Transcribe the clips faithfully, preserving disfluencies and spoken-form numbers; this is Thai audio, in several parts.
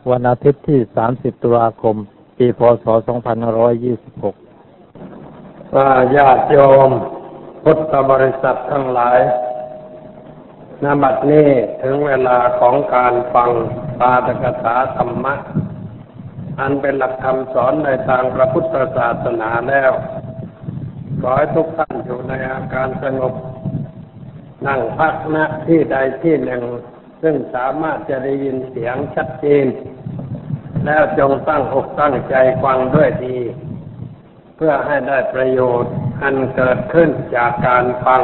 วันอาทิตย์ที่สามสิบตุลาคมปีพ.ศ. สองพันห้าร้อยยี่สิบหกญาติโยมพุทธบริษัททั้งหลายณ บัดนี้ถึงเวลาของการฟังปาฐกถาธรรมะอันเป็นหลักธรรมสอนในทางพระพุทธศาสนาแล้วขอให้ทุกท่านอยู่ในอาการสงบนั่งพักณที่ใดที่หนึ่งซึ่งสามารถจะได้ยินเสียงชัดเจนแล้วจงตั้งอกตั้งใจฟังด้วยดีเพื่อให้ได้ประโยชน์อันเกิดขึ้นจากการฟัง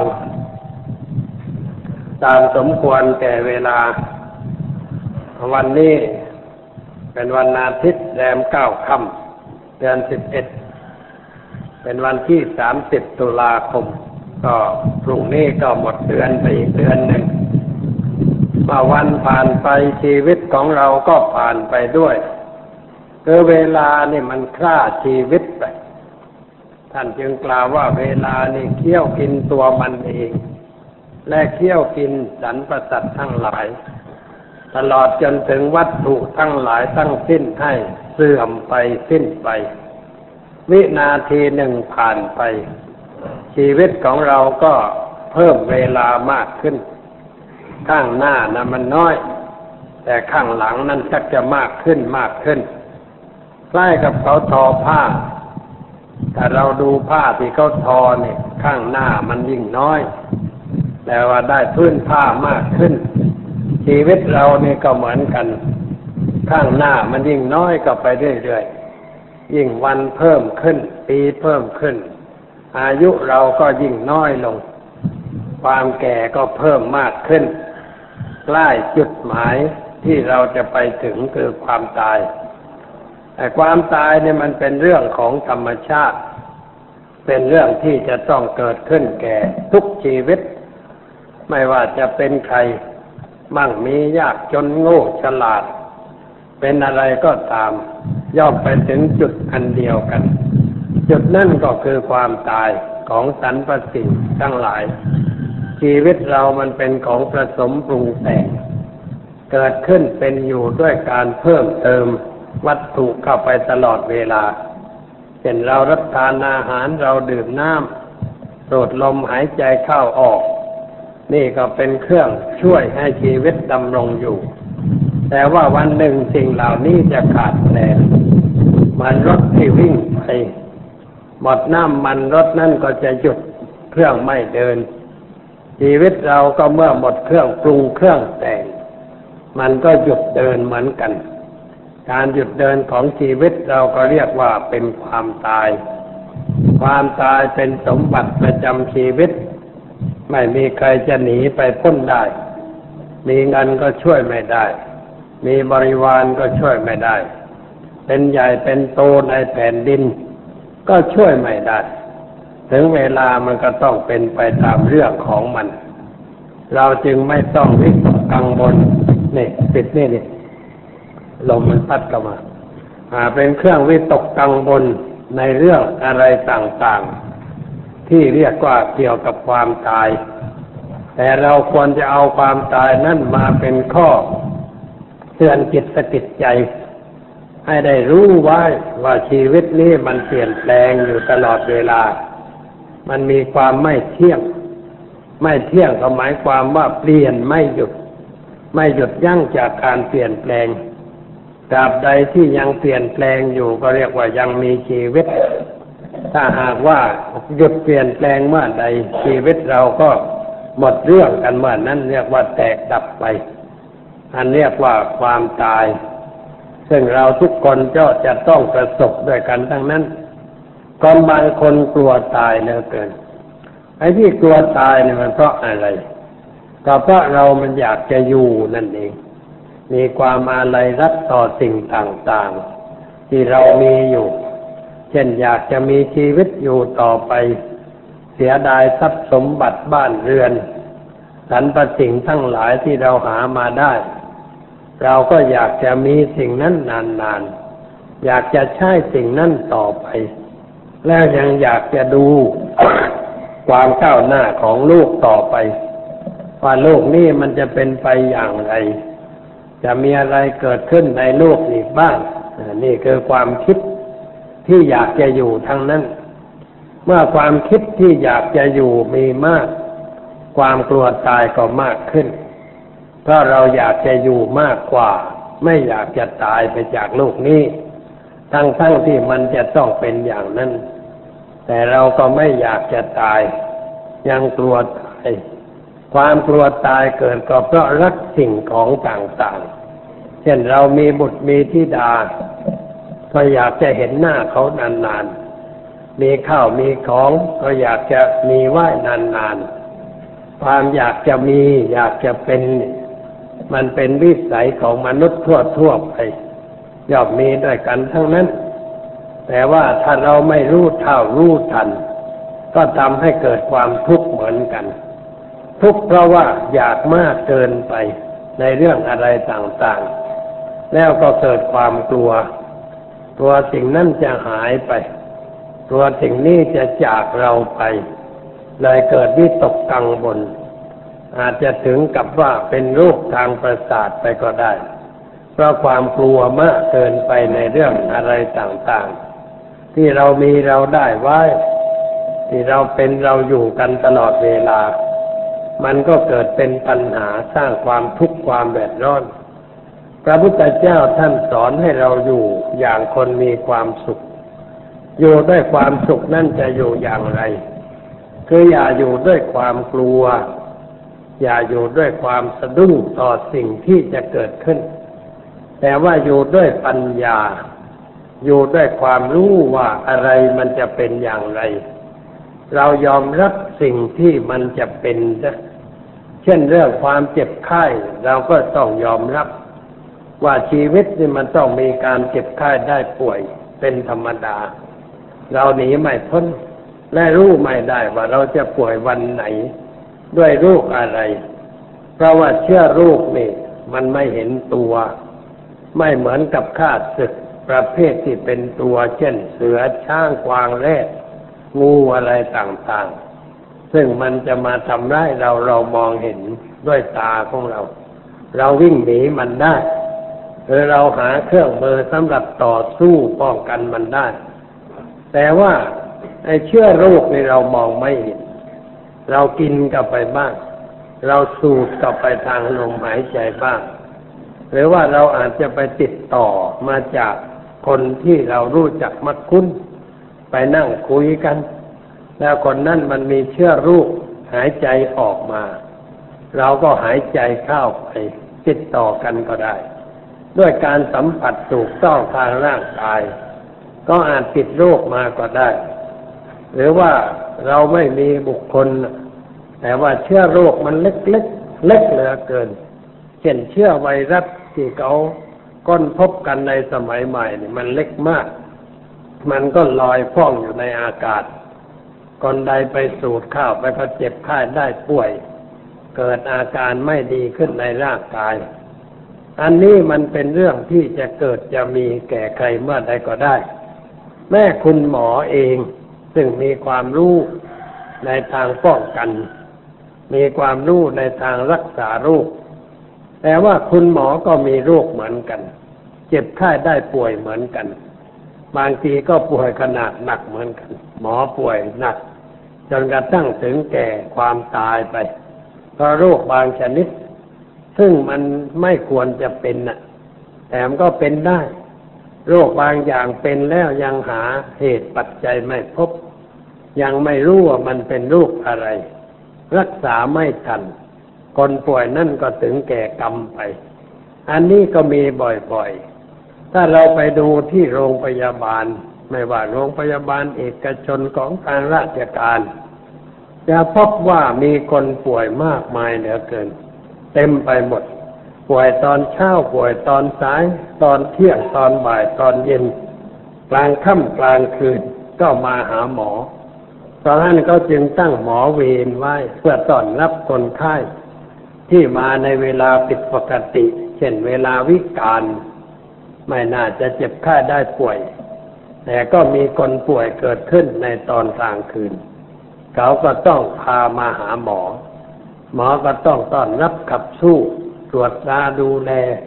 ตามสมควรแก่เวลาวันนี้เป็นวันอาทิตย์แรมเก้าค่ำเดือนสิบเอ็ดเป็นวันที่สามสิบตุลาคมก็พรุ่งนี้ก็หมดเดือนไปอีกเดือนหนึ่งเมื่อวันผ่านไปชีวิตของเราก็ผ่านไปด้วยคือเวลานี่มันฆ่าชีวิตไปท่านจึงกล่าวว่าเวลานี่เคี้ยวกินตัวมันเองและเคี้ยวกินสรรพสัตว์ทั้งหลายตลอดจนถึงวัตถุทั้งหลายทั้งสิ้นให้เสื่อมไปสิ้นไปวินาทีหนึ่งผ่านไปชีวิตของเราก็เพิ่มเวลามากขึ้นข้างหน้านะมันน้อยแต่ข้างหลังนั้นชักจะมากขึ้นมากขึ้นใกล้กับเขาทอผ้าถ้าเราดูผ้าที่เขาทอเนี่ยข้างหน้ามันยิ่งน้อยแต่ว่าได้พื้นผ้ามากขึ้นชีวิตเรานี่ก็เหมือนกันข้างหน้ามันยิ่งน้อยก็ไปเรื่อยๆยิ่งวันเพิ่มขึ้นปีเพิ่มขึ้นอายุเราก็ยิ่งน้อยลงความแก่ก็เพิ่มมากขึ้นใกล้จุดหมายที่เราจะไปถึงคือความตายแต่ความตายเนี่ยมันเป็นเรื่องของธรรมชาติเป็นเรื่องที่จะต้องเกิดขึ้นแก่ทุกชีวิตไม่ว่าจะเป็นใครมั่งมียากจนโง่ฉลาดเป็นอะไรก็ตามย่อมไปถึงจุดอันเดียวกันจุดนั่นก็คือความตายของสรรพสิ่งทั้งหลายชีวิตเรามันเป็นของผสมปรุงแต่งเกิดขึ้นเป็นอยู่ด้วยการเพิ่มเติมวัตถุเข้าไปตลอดเวลาเช่นเรารับทานอาหารเราดื่มน้ำสูดลมหายใจเข้าออกนี่ก็เป็นเครื่องช่วยให้ชีวิตดำรงอยู่แต่ว่าวันหนึ่งสิ่งเหล่านี้จะขาดแคลนเหมือนรถที่วิ่งไปหมดน้ำมันรถนั่นก็จะหยุดเครื่องไม่เดินชีวิตเราก็เมื่อหมดเครื่องปรุงเครื่องแต่งมันก็หยุดเดินเหมือนกันการหยุดเดินของชีวิตเราก็เรียกว่าเป็นความตายความตายเป็นสมบัติประจำชีวิตไม่มีใครจะหนีไปพ้นได้มีเงินก็ช่วยไม่ได้มีบริวารก็ช่วยไม่ได้เป็นใหญ่เป็นโตในแผ่นดินก็ช่วยไม่ได้ถึงเวลามันก็ต้องเป็นไปตามเรื่องของมันเราจึงไม่ต้องวิตกกังวลนี่ปิดนี่นี่ลมมันพัดเข้ามาอ่าเป็นเครื่องวิตกกังวลในเรื่องอะไรต่างๆที่เรียกว่าเกี่ยวกับความตายแต่เราควรจะเอาความตายนั่นมาเป็นข้อเตือนจิตสะกิดใจให้ได้รู้ไว้ว่าชีวิตนี้มันเปลี่ยนแปลงอยู่ตลอดเวลามันมีความไม่เที่ยงไม่เที่ยงก็หมายความว่าเปลี่ยนไม่หยุดไม่หยุดยั้งจากการเปลี่ยนแปลงตราบใดที่ยังเปลี่ยนแปลงอยู่ก็เรียกว่ายังมีชีวิตถ้าหากว่าหยุดเปลี่ยนแปลงเมื่อใดชีวิตเราก็หมดเรื่องกันเมื่อนั้นเรียกว่าแตกดับไปอันเรียกว่าความตายซึ่งเราทุกคนก็จะต้องประสบด้วยกันทั้งนั้นคนบางคนกลัวตายเหลือเกินไอ้ที่กลัวตายเนี่ยมันเพราะอะไรก็เพราะเรามันอยากจะอยู่นั่นเองมีความอาลัยรักต่อสิ่งต่างๆที่เรามีอยู่เช่นอยากจะมีชีวิตอยู่ต่อไปเสียดายทรัพย์สมบัติบ้านเรือนสรรพสิ่งทั้งหลายที่เราหามาได้เราก็อยากจะมีสิ่งนั้นนานๆอยากจะใช้สิ่งนั้นต่อไปแล้วยังอยากจะดูความก้าวหน้าของลูกต่อไปว่าโลกนี้มันจะเป็นไปอย่างไรจะมีอะไรเกิดขึ้นในโลกอีกบ้างนี่คือความคิดที่อยากจะอยู่ทั้งนั้นเมื่อความคิดที่อยากจะอยู่มีมากความกลัวตายก็มากขึ้นเพราะเราอยากจะอยู่มากกว่าไม่อยากจะตายไปจากโลกนี้ทั้งๆที่มันจะต้องเป็นอย่างนั้นแต่เราก็ไม่อยากจะตายยังกลัวตายความกลัวตายเกิดก็เพราะรักสิ่งของต่างๆเช่นเรามีบุตรมีธิดาก็อยากจะเห็นหน้าเขานานๆมีข้าวมีของก็อยากจะมีไว้นานๆความอยากจะมีอยากจะเป็นมันเป็นวิสัยของมนุษย์ทั่วๆไปย่อมมีด้วยกันทั้งนั้นแต่ว่าถ้าเราไม่รู้เท่ารู้ทันก็ทำให้เกิดความทุกข์เหมือนกันทุกข์เพราะว่าอยากมากเกินไปในเรื่องอะไรต่างๆแล้วก็เกิดความกลัวกลัวสิ่งนั้นจะหายไปกลัวสิ่งนี้จะจากเราไปเลยเกิดวิตกกังวลอาจจะถึงกับว่าเป็นโรคทางประสาทไปก็ได้เพราะความกลัวมากเกินไปในเรื่องอะไรต่างๆที่เรามีเราได้ไว้ที่เราเป็นเราอยู่กันตลอดเวลามันก็เกิดเป็นปัญหาสร้างความทุกข์ความเดือดร้อนพระพุทธเจ้าท่านสอนให้เราอยู่อย่างคนมีความสุขอยู่ด้วยความสุขนั่นจะอยู่อย่างไรคืออย่าอยู่ด้วยความกลัวอย่าอยู่ด้วยความสะดุ้งต่อสิ่งที่จะเกิดขึ้นแต่ว่าอยู่ด้วยปัญญาอยู่ด้วยความรู้ว่าอะไรมันจะเป็นอย่างไรเรายอมรับสิ่งที่มันจะเป็นนะเช่นเรื่องความเจ็บไข้เราก็ต้องยอมรับว่าชีวิตนี่มันต้องมีการเจ็บไข้ได้ป่วยเป็นธรรมดาเราหนีไม่พ้นและรู้ไม่ได้ว่าเราจะป่วยวันไหนด้วยโรคอะไรเพราะว่าเชื้อโรคนี่มันไม่เห็นตัวไม่เหมือนกับข้าศึกประเภทที่เป็นตัวเช่นเสือช้างกวางแรดงูอะไรต่างๆซึ่งมันจะมาทำร้ายเราเรามองเห็นด้วยตาของเราเราวิ่งหนีมันได้หรือเราหาเครื่องมือสำหรับต่อสู้ป้องกันมันได้แต่ว่าไอ้เชื้อโรคนี่เรามองไม่เห็นเรากินเข้าไปบ้างเราสูดเข้าไปทางลมหายใจบ้างหรือว่าเราอาจจะไปติดต่อมาจากคนที่เรารู้จักมักคุ้นไปนั่งคุยกันแล้วคนนั้นมันมีเชื้อโรคหายใจออกมาเราก็หายใจเข้าไปติดต่อกันก็ได้ด้วยการสัมผัสถูกต้องทางร่างกายก็อาจติดโรคมาก็ได้หรือว่าเราไม่มีบุคคลแต่ว่าเชื้อโรคมันเล็กๆ เล็กเล็กเหลือเกินเช่นเชื้อไวรัสที่เขาค้นพบกันในสมัยใหม่นี่มันเล็กมากมันก็ลอยพ่องอยู่ในอากาศคนใดไปสูดเข้าไปก็เจ็บไข้ได้ป่วยเกิดอาการไม่ดีขึ้นในร่างกายอันนี้มันเป็นเรื่องที่จะเกิดจะมีแก่ใครเมื่อใดก็ได้แม้คุณหมอเองซึ่งมีความรู้ในทางป้องกันมีความรู้ในทางรักษาโรคแต่ว่าคุณหมอก็มีโรคเหมือนกันเจ็บไข้ได้ป่วยเหมือนกันบางทีก็ป่วยขนาดหนักเหมือนกันหมอป่วยหนักจนกระทั่งถึงแก่ความตายไปเพราะโรคบางชนิดซึ่งมันไม่ควรจะเป็นน่ะแต่มันก็เป็นได้โรคบางอย่างเป็นแล้วยังหาเหตุปัจจัยไม่พบยังไม่รู้ว่ามันเป็นโรคอะไรรักษาไม่ทันคนป่วยนั่นก็ถึงแก่กรรมไปอันนี้ก็มีบ่อยๆถ้าเราไปดูที่โรงพยาบาลไม่ว่าโรงพยาบาลเอกชนของทางราชการจะพบว่ามีคนป่วยมากมายเหลือเกินเต็มไปหมดป่วยตอนเช้าป่วยตอนสายตอนเที่ยงตอนบ่ายตอนเย็นกลางค่ำกลางคืนก็มาหาหมอเพราะฉะนั้นเขาจึงตั้งหมอเวรไว้เพื่อต้อนรับคนไข้ที่มาในเวลาผิดปกติเช่นเวลาวิกาลไม่น่าจะเจ็บไข้ได้ป่วยแต่ก็มีคนป่วยเกิดขึ้นในตอนกลางคืนเขาก็ต้องพามาหาหมอหมอก็ต้องต้อนรับขับสู้ตรวจตาดูแล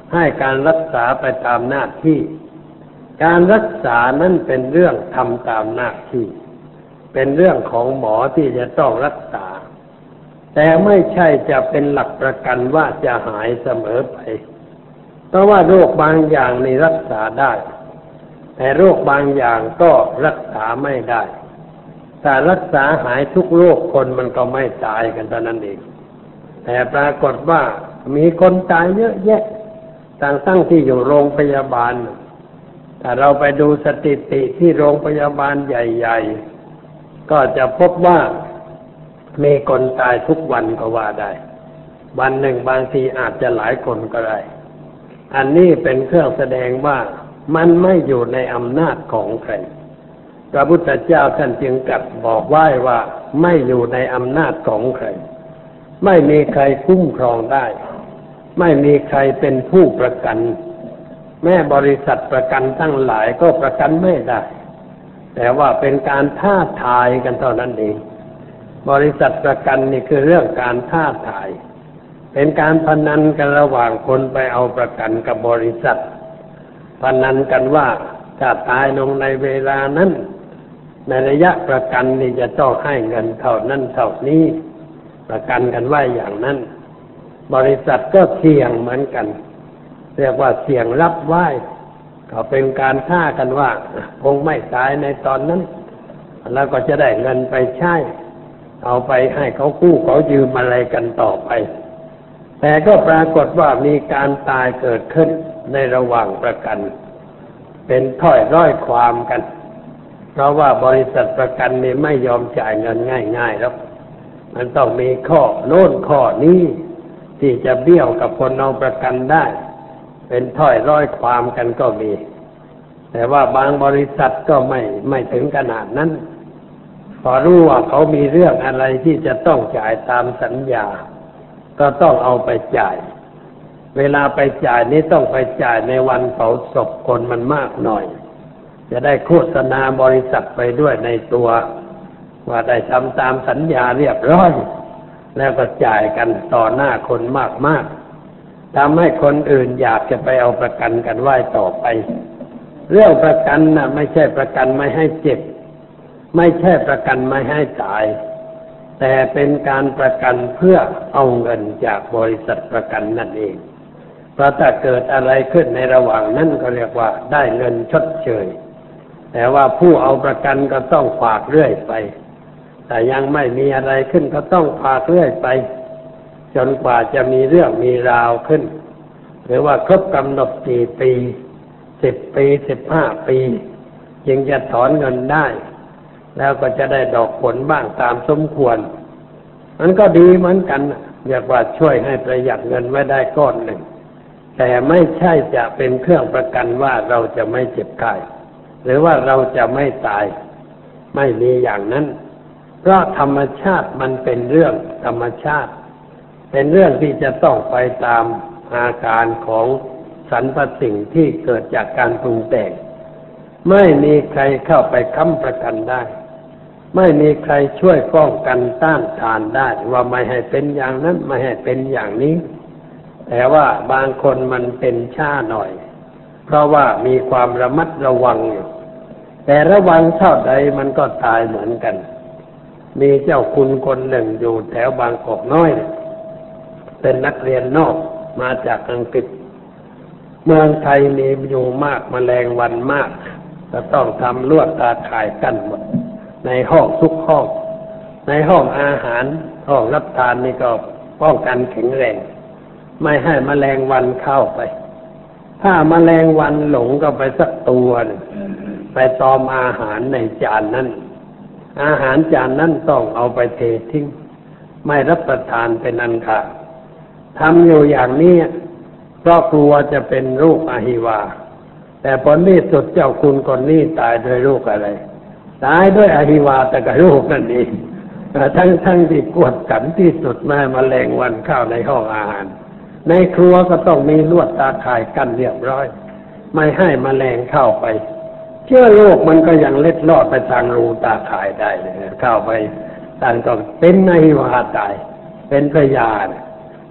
ให้การรักษาไปตามหน้าที่การรักษานั้นเป็นเรื่องทำตามหน้าที่เป็นเรื่องของหมอที่จะต้องรักษาแต่ไม่ใช่จะเป็นหลักประกันว่าจะหายเสมอไปเพราะว่าโรคบางอย่างนี่รักษาได้แต่โรคบางอย่างก็รักษาไม่ได้ถ้ารักษาหายทุกโรคคนมันก็ไม่ตายกันเท่านั้นเองแต่ปรากฏว่ามีคนตายเยอะแยะต่างทั้งที่อยู่โรงพยาบาลถ้าเราไปดูสถิติที่โรงพยาบาลใหญ่ๆก็จะพบว่ามีคนตายทุกวันก็ว่าได้วันหนึ่งบางทีอาจจะหลายคนก็ได้อันนี้เป็นเครื่องแสดงว่ามันไม่อยู่ในอำนาจของใครพระพุทธเจ้าท่านจึงตรัสบอกไว้ว่าไม่อยู่ในอำนาจของใครไม่มีใครคุ้มครองได้ไม่มีใครเป็นผู้ประกันแม้บริษัทประกันทั้งหลายก็ประกันไม่ได้แต่ว่าเป็นการท้าทายกันเท่านั้นเองบริษัทประกันนี่คือเรื่องการท้าทายเป็นการพนันกันระหว่างคนไปเอาประกันกับบริษัทพนันกันว่าถ้าตายลงในเวลานั้นในระยะประกันนี่จะต้องให้เงินเท่านั้นเท่านี้ประกันกันไว้อย่างนั้นบริษัทก็เสี่ยงเหมือนกันเรียกว่าเสี่ยงรับไว้ก็เป็นการท้ากันว่าคงไม่ตายในตอนนั้นแล้วก็จะได้เงินไปใช้เอาไปให้เขากู้เขายืมอะไรกันต่อไปแต่ก็ปรากฏว่ามีการตายเกิดขึ้นในระหว่างประกันเป็นถ้อยร้อยความกันเพราะว่าบริษัทประกันนี่ไม่ยอมจ่ายเงินง่ายๆแล้วมันต้องมีข้อโน้นข้อนี้ที่จะเบี้ยวกับคนเอาประกันได้เป็นถ้อยร้อยความกันก็มีแต่ว่าบางบริษัทก็ไม่ไม่ถึงขนาดนั้นพอรู้ว่าเขามีเรื่องอะไรที่จะต้องจ่ายตามสัญญาก็ต้องเอาไปจ่ายเวลาไปจ่ายนี้ต้องไปจ่ายในวันเผาศพคนมันมากหน่อยจะได้โฆษณาบริษัทไปด้วยในตัวว่าได้ทำตามสัญญาเรียบร้อยแล้วก็จ่ายกันต่อหน้าคนมากๆทำให้คนอื่นอยากจะไปเอาประกันกันไว้ต่อไปเรื่องประกันน่ะไม่ใช่ประกันไม่ให้เจ็บไม่ใช่ประกันไม่ให้ตายแต่เป็นการประกันเพื่อเอาเงินจากบริษัทประกันนั่นเองเพราะถ้าเกิดอะไรขึ้นในระหว่างนั้นก็เรียกว่าได้เงินชดเชยแต่ว่าผู้เอาประกันก็ต้องฝากเรื่อยไปแต่ยังไม่มีอะไรขึ้นก็ต้องฝากเรื่อยไปจนกว่าจะมีเรื่องมีราวขึ้นหรือว่าครบกำหนดกี่ปีสิบปีสิบห้าปีจึงจะถอนเงินได้แล้วก็จะได้ดอกผลบ้างตามสมควรมันก็ดีเหมือนกันเรียกว่าช่วยให้ประหยัดเงินไว้ได้ก้อนหนึ่งแต่ไม่ใช่จะเป็นเครื่องประกันว่าเราจะไม่เจ็บไข้หรือว่าเราจะไม่ตายไม่มีอย่างนั้นเพราะธรรมชาติมันเป็นเรื่องธรรมชาติเป็นเรื่องที่จะต้องไปตามอาการของสรรพสิ่งที่เกิดจากการปรุงแต่งไม่มีใครเข้าไปค้ำประกันได้ไม่มีใครช่วยป้องกันต้านทานได้ว่าไม่ให้เป็นอย่างนั้นไม่ให้เป็นอย่างนี้แต่ว่าบางคนมันเป็นช้าหน่อยเพราะว่ามีความระมัดระวังอยู่แต่ระวังเท่าใดมันก็ตายเหมือนกันมีเจ้าคุณคนหนึ่งอยู่แถวบางกอกน้อยเป็นนักเรียนนอกมาจากอังกฤษเมืองไทยมีอยู่มากแมลงวันมากจะต้องทำลวดตาข่ายกั้นหมดในห้องทุกห้องในห้องอาหารห้องรับทานนี่ก็ป้องกันแข็งแรงไม่ให้แมลงวันเข้าไปถ้าแมลงวันหลงก็ไปสักตัวนึงไปตอมอาหารในจานนั้นอาหารจานนั้นต้องเอาไปเททิ้งไม่รับประทานเป็นอันขาดทำอยู่อย่างนี้เพราะกลัวจะเป็นโรคอหิวาแต่ผลที่สุดเจ้าคุณคนนี้ตายด้วยโรคอะไรตายด้วยอหิวาแต่กับโรคนั่นเองทั้งทั้งที่กวดขันที่สุดแม่แมลงวันเข้าในห้องอาหารในครัวก็ต้องมีลวดตาข่ายกั้นเรียบร้อยไม่ให้แมลงเข้าไปเชื้อโรคมันก็ยังเล็ดลอดไปทางรูตาข่ายได้เลยเข้าไปต่างก็เป็นอหิวาตายเป็นพยาธิ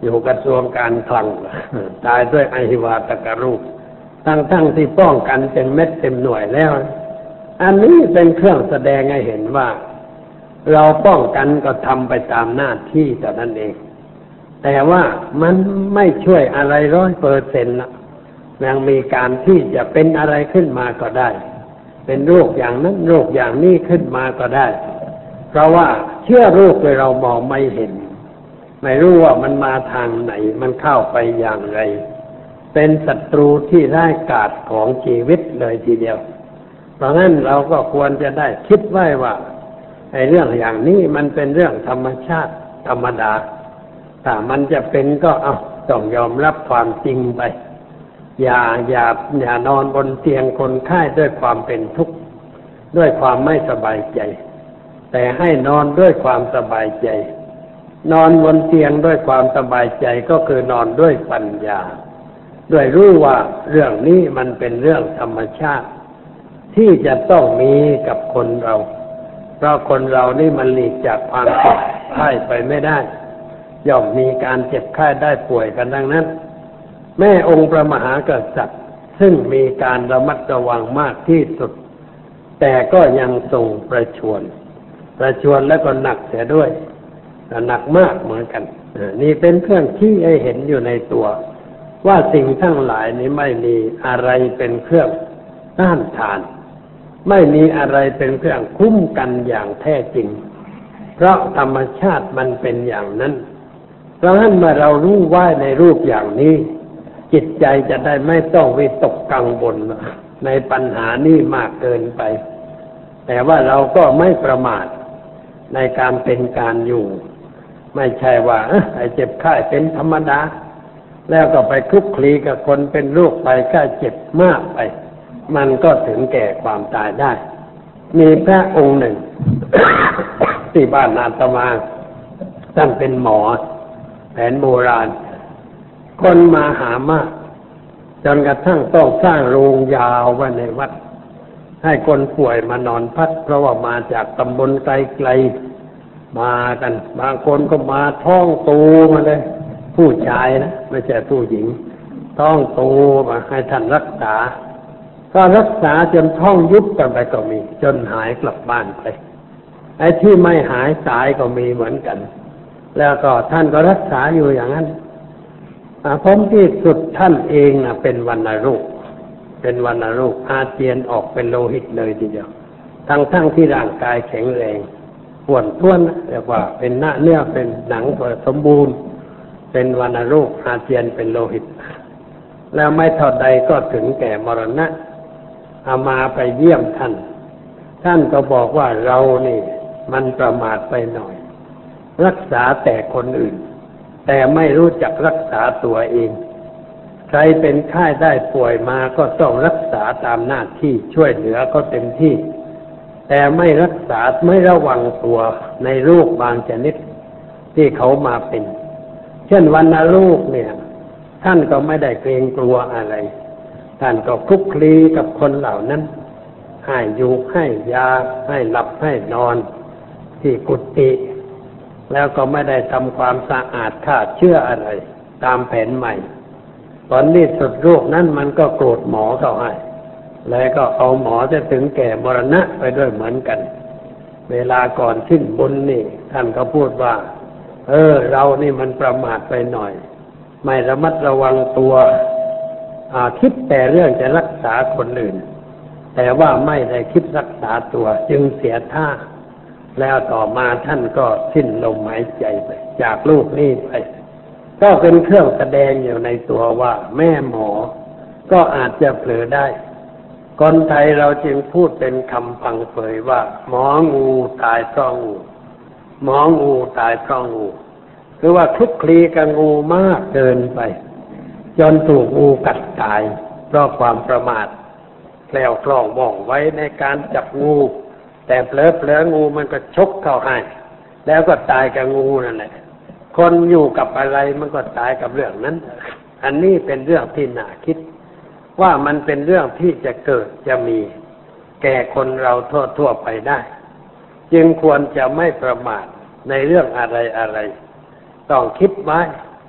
อยู่กระทรวงการคลังตายด้วยอหิวาตกรูปทั้งๆที่ป้องกันเต็มเม็ดเต็มหน่วยแล้วอันนี้เป็นเครื่องแสดงให้เห็นว่าเราป้องกันก็ทำไปตามหน้าที่แต่นั้นเองแต่ว่ามันไม่ช่วยอะไรร้อยเปอร์เซ็นต์ละยังมีการที่จะเป็นอะไรขึ้นมาก็ได้เป็นโรคอย่างนั้นโรคอย่างนี้ขึ้นมาก็ได้เพราะว่าเชื้อโรคเรามองไม่เห็นไม่รู้ว่ามันมาทางไหนมันเข้าไปอย่างไรเป็นศัตรูที่ร้ายกาจของชีวิตเลยทีเดียวเพราะงั้นเราก็ควรจะได้คิดไว้ว่าไอ้เรื่องอย่างนี้มันเป็นเรื่องธรรมชาติธรรมดาถ้ามันจะเป็นก็เอาต้องยอมรับความจริงไปอย่าอย่าอย่านอนบนเตียงคนไข้ด้วยความเป็นทุกข์ด้วยความไม่สบายใจแต่ให้นอนด้วยความสบายใจนอนบนเตียงด้วยความสบายใจก็คือนอนด้วยปัญญาด้วยรู้ว่าเรื่องนี้มันเป็นเรื่องธรรมชาติที่จะต้องมีกับคนเราเพราะคนเรานี่มันหลีกจากความเจ็บไข้ไปไม่ได้ย่อมมีการเจ็บไข้ได้ป่วยกันดังนั้นแม่องค์พระมหากษัตริย์ซึ่งมีการระมัดระวังมากที่สุดแต่ก็ยังทรงประชวรประชวรแล้วก็หนักเสียด้วยหนักมากเหมือนกันนี่เป็นเครื่องชี้ให้เห็นอยู่ในตัวว่าสิ่งทั้งหลายนี้ไม่มีอะไรเป็นเครื่องต้านทานไม่มีอะไรเป็นเครื่องคุ้มกันอย่างแท้จริงเพราะธรรมชาติมันเป็นอย่างนั้นเพราะฉะนั้นเมื่อเรารู้ไว้ในรูปอย่างนี้จิตใจจะได้ไม่ต้องวิตกกังวลในปัญหานี้มากเกินไปแต่ว่าเราก็ไม่ประมาทในการเป็นการอยู่ไม่ใช่ว่าไอ้เจ็บไข้เป็นธรรมดาแล้วก็ไปคลุกคลีกับคนเป็นโรคไปแค่เจ็บมากไปมันก็ถึงแก่ความตายได้มีพระองค์หนึ่ง ที่บ้านอาตมาท่านเป็นหมอแผนโบราณคนมาหามากจนกระทั่งต้องสร้างโรงยาวไว้ในวัดให้คนป่วยมานอนพักเพราะว่ามาจากตำบลไกลๆมากันบางคนก็มาท้องโตมาเลยผู้ชายนะไม่ใช่ผู้หญิงท้องโตมาให้ท่านรักษาก็รักษาจนท้องยุบกันไปก็มีจนหายกลับบ้านไปไอ้ที่ไม่หายตายก็มีเหมือนกันแล้วก็ท่านก็รักษาอยู่อย่างนั้นผลที่สุดท่านเองนะเป็นวัณโรคเป็นวัณโรคอาเจียนออกเป็นโลหิตเลยทีเดียวทั้งทั้งที่ร่างกายแข็งแรงอ้วนท้วนเรียกว่าเป็นหน้าเนื้อเป็นหนังสมบูรณ์เป็นวัณโรคอาเจียนเป็นโลหิตแล้วไม่เท่าใดก็ถึงแก่มรณะอามาไปเยี่ยมท่านท่านก็บอกว่าเรานี่มันประมาทไปหน่อยรักษาแต่คนอื่นแต่ไม่รู้จักรักษาตัวเองใครเป็นไข้ได้ป่วยมาก็ต้องรักษาตามหน้าที่ช่วยเหลือก็เต็มที่แต่ไม่รักษาไม่ระวังตัวในโรคบางชนิดที่เขามาเป็นเช่นวัณโรคเนี่ยท่านก็ไม่ได้เกรงกลัวอะไรท่านก็คลุกคลีกับคนเหล่านั้นให้อยู่ให้ยาให้หลับให้นอนที่กุฏิแล้วก็ไม่ได้ทำความสะอาดฆ่าเชื้ออะไรตามแผนใหม่ตอนนี้สุดโรคนั้นมันก็โกรธหมอเข้าให้แล้วก็เอาหมอจะถึงแก่มรณะไปด้วยเหมือนกันเวลาก่อนสิ้นบุญนี่ท่านก็พูดว่าเออเรานี่มันประมาทไปหน่อยไม่ระมัดระวังตัวคิดแต่เรื่องจะรักษาคนอื่นแต่ว่าไม่ได้คิดรักษาตัวจึงเสียท่าแล้วต่อมาท่านก็สิ้นลมหายใจไปจากโลกนี้ไปก็เป็นเครื่องแสดงอยู่ในตัวว่าแม่หมอก็อาจจะเผลอได้คนไทยเราจึงพูดเป็นคำพังเผยว่าหมองูตายเพราะงูหมองูตายเพราะงูคือว่าคลุกคลีกับงูมากเกินไปจนถูกงูกัดตายเพราะความประมาทแคล้วคล่องว่องไว้ในการจับงูแต่เผลอเผลองูมันก็ชกเข้าให้แล้วก็ตายกับงูนั่นแหละคนอยู่กับอะไรมันก็ตายกับเรื่องนั้นอันนี้เป็นเรื่องที่น่าคิดว่ามันเป็นเรื่องที่จะเกิดจะมีแก่คนเราทั่วๆไปได้จึงควรจะไม่ประมาทในเรื่องอะไรอะไรต้องคิดไว้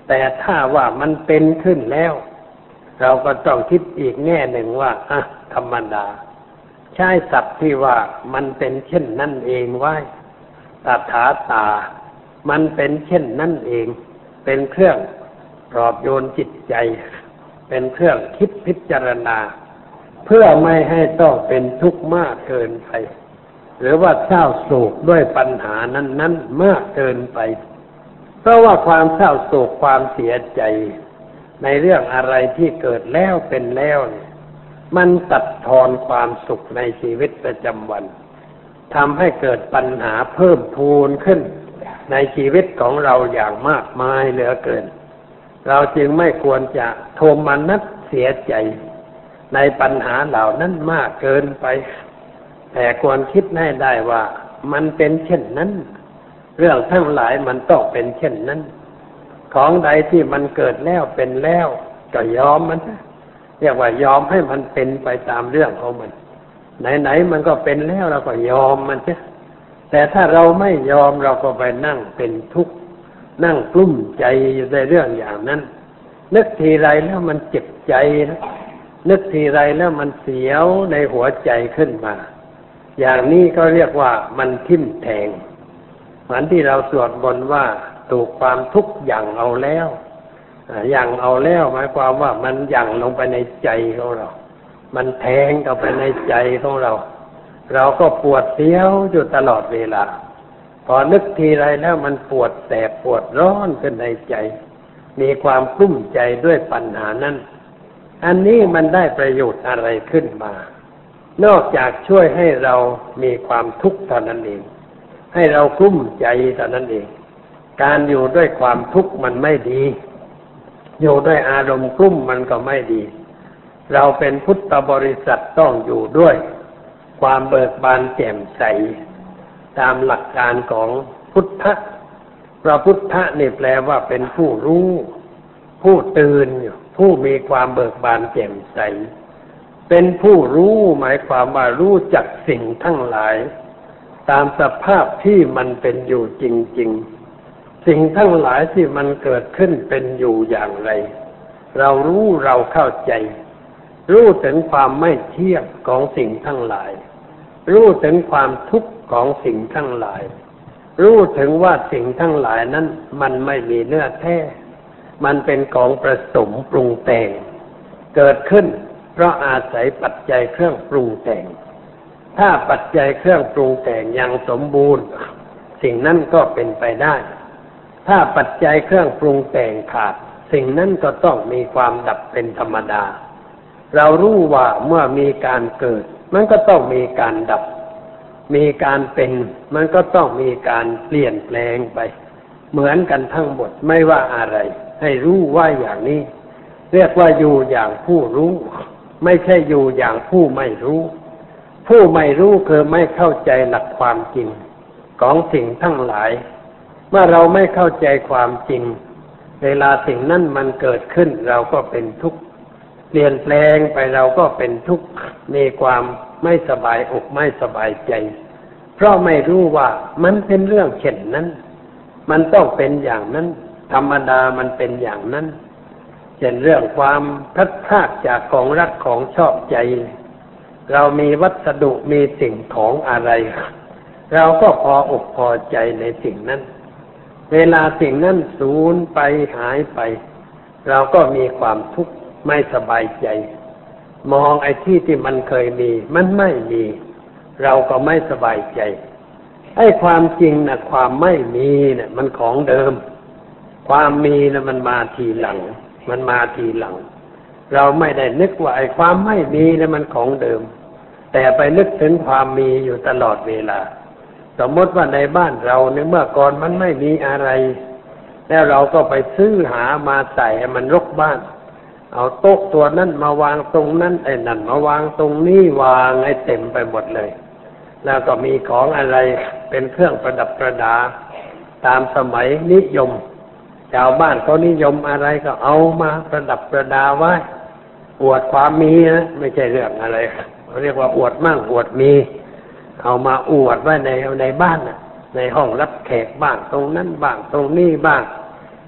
แต่ถ้าว่ามันเป็นขึ้นแล้วเราก็ต้องคิดอีกแง่หนึ่งว่าอ่ะธรรมดาใช้ศัพท์ที่ว่ามันเป็นเช่นนั่นเองไว้ตถาตามันเป็นเช่นนั่นเองเป็นเครื่องปลอบโยนจิตใจเป็นเครื่องคิดพิจารณาเพื่อไม่ให้ต้องเป็นทุกข์มากเกินไปหรือว่าเศร้าโศกด้วยปัญหานั้นๆมากเกินไปเพราะว่าความเศร้าโศกความเสียใจในเรื่องอะไรที่เกิดแล้วเป็นแล้วเนี่ยมันตัดทอนความสุขในชีวิตประจำวันทำให้เกิดปัญหาเพิ่มพูนขึ้นในชีวิตของเราอย่างมากมายเหลือเกินเราจึงไม่ควรจะโทมนัสเสียใจในปัญหาเหล่านั้นมากเกินไปแต่ควรคิดให้ได้ว่ามันเป็นเช่นนั้นเรื่องทั้งหลายมันต้องเป็นเช่นนั้นของใดที่มันเกิดแล้วเป็นแล้วก็ยอมมันเรียกว่ายอมให้มันเป็นไปตามเรื่องของมันไหนๆมันก็เป็นแล้วเราก็ยอมมันจ้ะแต่ถ้าเราไม่ยอมเราก็ไปนั่งเป็นทุกข์นั่งกลุ้มใจในเรื่องอย่างนั้นนึกทีไรแล้วมันเจ็บใจนะนึกทีไรแล้วมันเสียวในหัวใจขึ้นมาอย่างนี้ก็เรียกว่ามันทิ่มแทงเหมือนที่เราสวดบนว่าถูกความทุกข์หยั่งเอาแล้วหยั่งเอาแล้วหมายความว่ามันหยั่งลงไปในใจของเรามันแทงเข้าไปในใจของเราเราก็ปวดเสียวอยู่ตลอดเวลาพอนึกทีไรแล้วมันปวดแสบปวดร้อนขึ้นในใจมีความกลุ้มใจด้วยปัญหานั้นอันนี้มันได้ประโยชน์อะไรขึ้นมานอกจากช่วยให้เรามีความทุกข์เท่านั้นเองให้เรากลุ้มใจเท่านั้นเองการอยู่ด้วยความทุกข์มันไม่ดีอยู่ด้วยอารมณ์กลุ้มมันก็ไม่ดีเราเป็นพุทธบริษัทต้องอยู่ด้วยความเบิกบานแจ่มใสตามหลักการของพุทธะพระพุทธะนี่แปลว่าเป็นผู้รู้ผู้ตื่นผู้มีความเบิกบานแจ่มใสเป็นผู้รู้หมายความว่ารู้จักสิ่งทั้งหลายตามสภาพที่มันเป็นอยู่จริงๆสิ่งทั้งหลายที่มันเกิดขึ้นเป็นอยู่อย่างไรเรารู้เราเข้าใจรู้ถึงความไม่เที่ยงของสิ่งทั้งหลายรู้ถึงความทุกข์ของสิ่งทั้งหลายรู้ถึงว่าสิ่งทั้งหลายนั้นมันไม่มีเนื้อแท้มันเป็นของผสมปรุงแต่งเกิดขึ้นเพราะอาศัยปัจจัยเครื่องปรุงแต่งถ้าปัจจัยเครื่องปรุงแต่งยังสมบูรณ์สิ่งนั้นก็เป็นไปได้ถ้าปัจจัยเครื่องปรุงแต่งขาดสิ่งนั้นก็ต้องมีความดับเป็นธรรมดาเรารู้ว่าเมื่อมีการเกิดมันก็ต้องมีการดับมีการเป็นมันก็ต้องมีการเปลี่ยนแปลงไปเหมือนกันทั้งหมดไม่ว่าอะไรให้รู้ว่าอย่างนี้เรียกว่าอยู่อย่างผู้รู้ไม่ใช่อยู่อย่างผู้ไม่รู้ผู้ไม่รู้คือไม่เข้าใจหลักความจริงของสิ่งทั้งหลายเมื่อเราไม่เข้าใจความจริงเวลาสิ่งนั้นมันเกิดขึ้นเราก็เป็นทุกข์เปลี่ยนแปลงไปเราก็เป็นทุกข์มีความไม่สบายอกไม่สบายใจเพราะไม่รู้ว่ามันเป็นเรื่องเช่นนั้นมันต้องเป็นอย่างนั้นธรรมดามันเป็นอย่างนั้นเช่นเรื่องความพลัดพรากจากของรักของชอบใจเรามีวัสดุมีสิ่งของอะไรเราก็พออกพอใจในสิ่งนั้นเวลาสิ่งนั้นสูญไปหายไปเราก็มีความทุกข์ไม่สบายใจมองไอ้ที่ที่มันเคยมีมันไม่มีเราก็ไม่สบายใจไอ้ความจริงนะความไม่มีเนี่ยมันของเดิมความมีนะมันมาทีหลังมันมาทีหลังเราไม่ได้นึกว่าไอ้ความไม่มีเนี่ยมันของเดิมแต่ไปนึกถึงความมีอยู่ตลอดเวลาสมมติว่าในบ้านเราเนี่ยเมื่อก่อนมันไม่มีอะไรแล้วเราก็ไปซื้อหามาใส่ให้มันรกบ้านเอาโต๊ะตัวนั้นมาวางตรงนั้นไอ้นั่นมาวางตรงนี้วางให้เต็มไปหมดเลยแล้วก็มีของอะไรเป็นเครื่องประดับประดาตามสมัยนิยมชาวบ้านเขานิยมอะไรก็เอามาประดับประดาไว้อวดความมีนะไม่ใช่เรื่องอะไรเขาเรียกว่าอวดมั่งอวดมีเอามาอวดไว้ในในบ้านน่ะในห้องรับแขกบ้างตรงนั้นบ้างตรงนี้บ้าง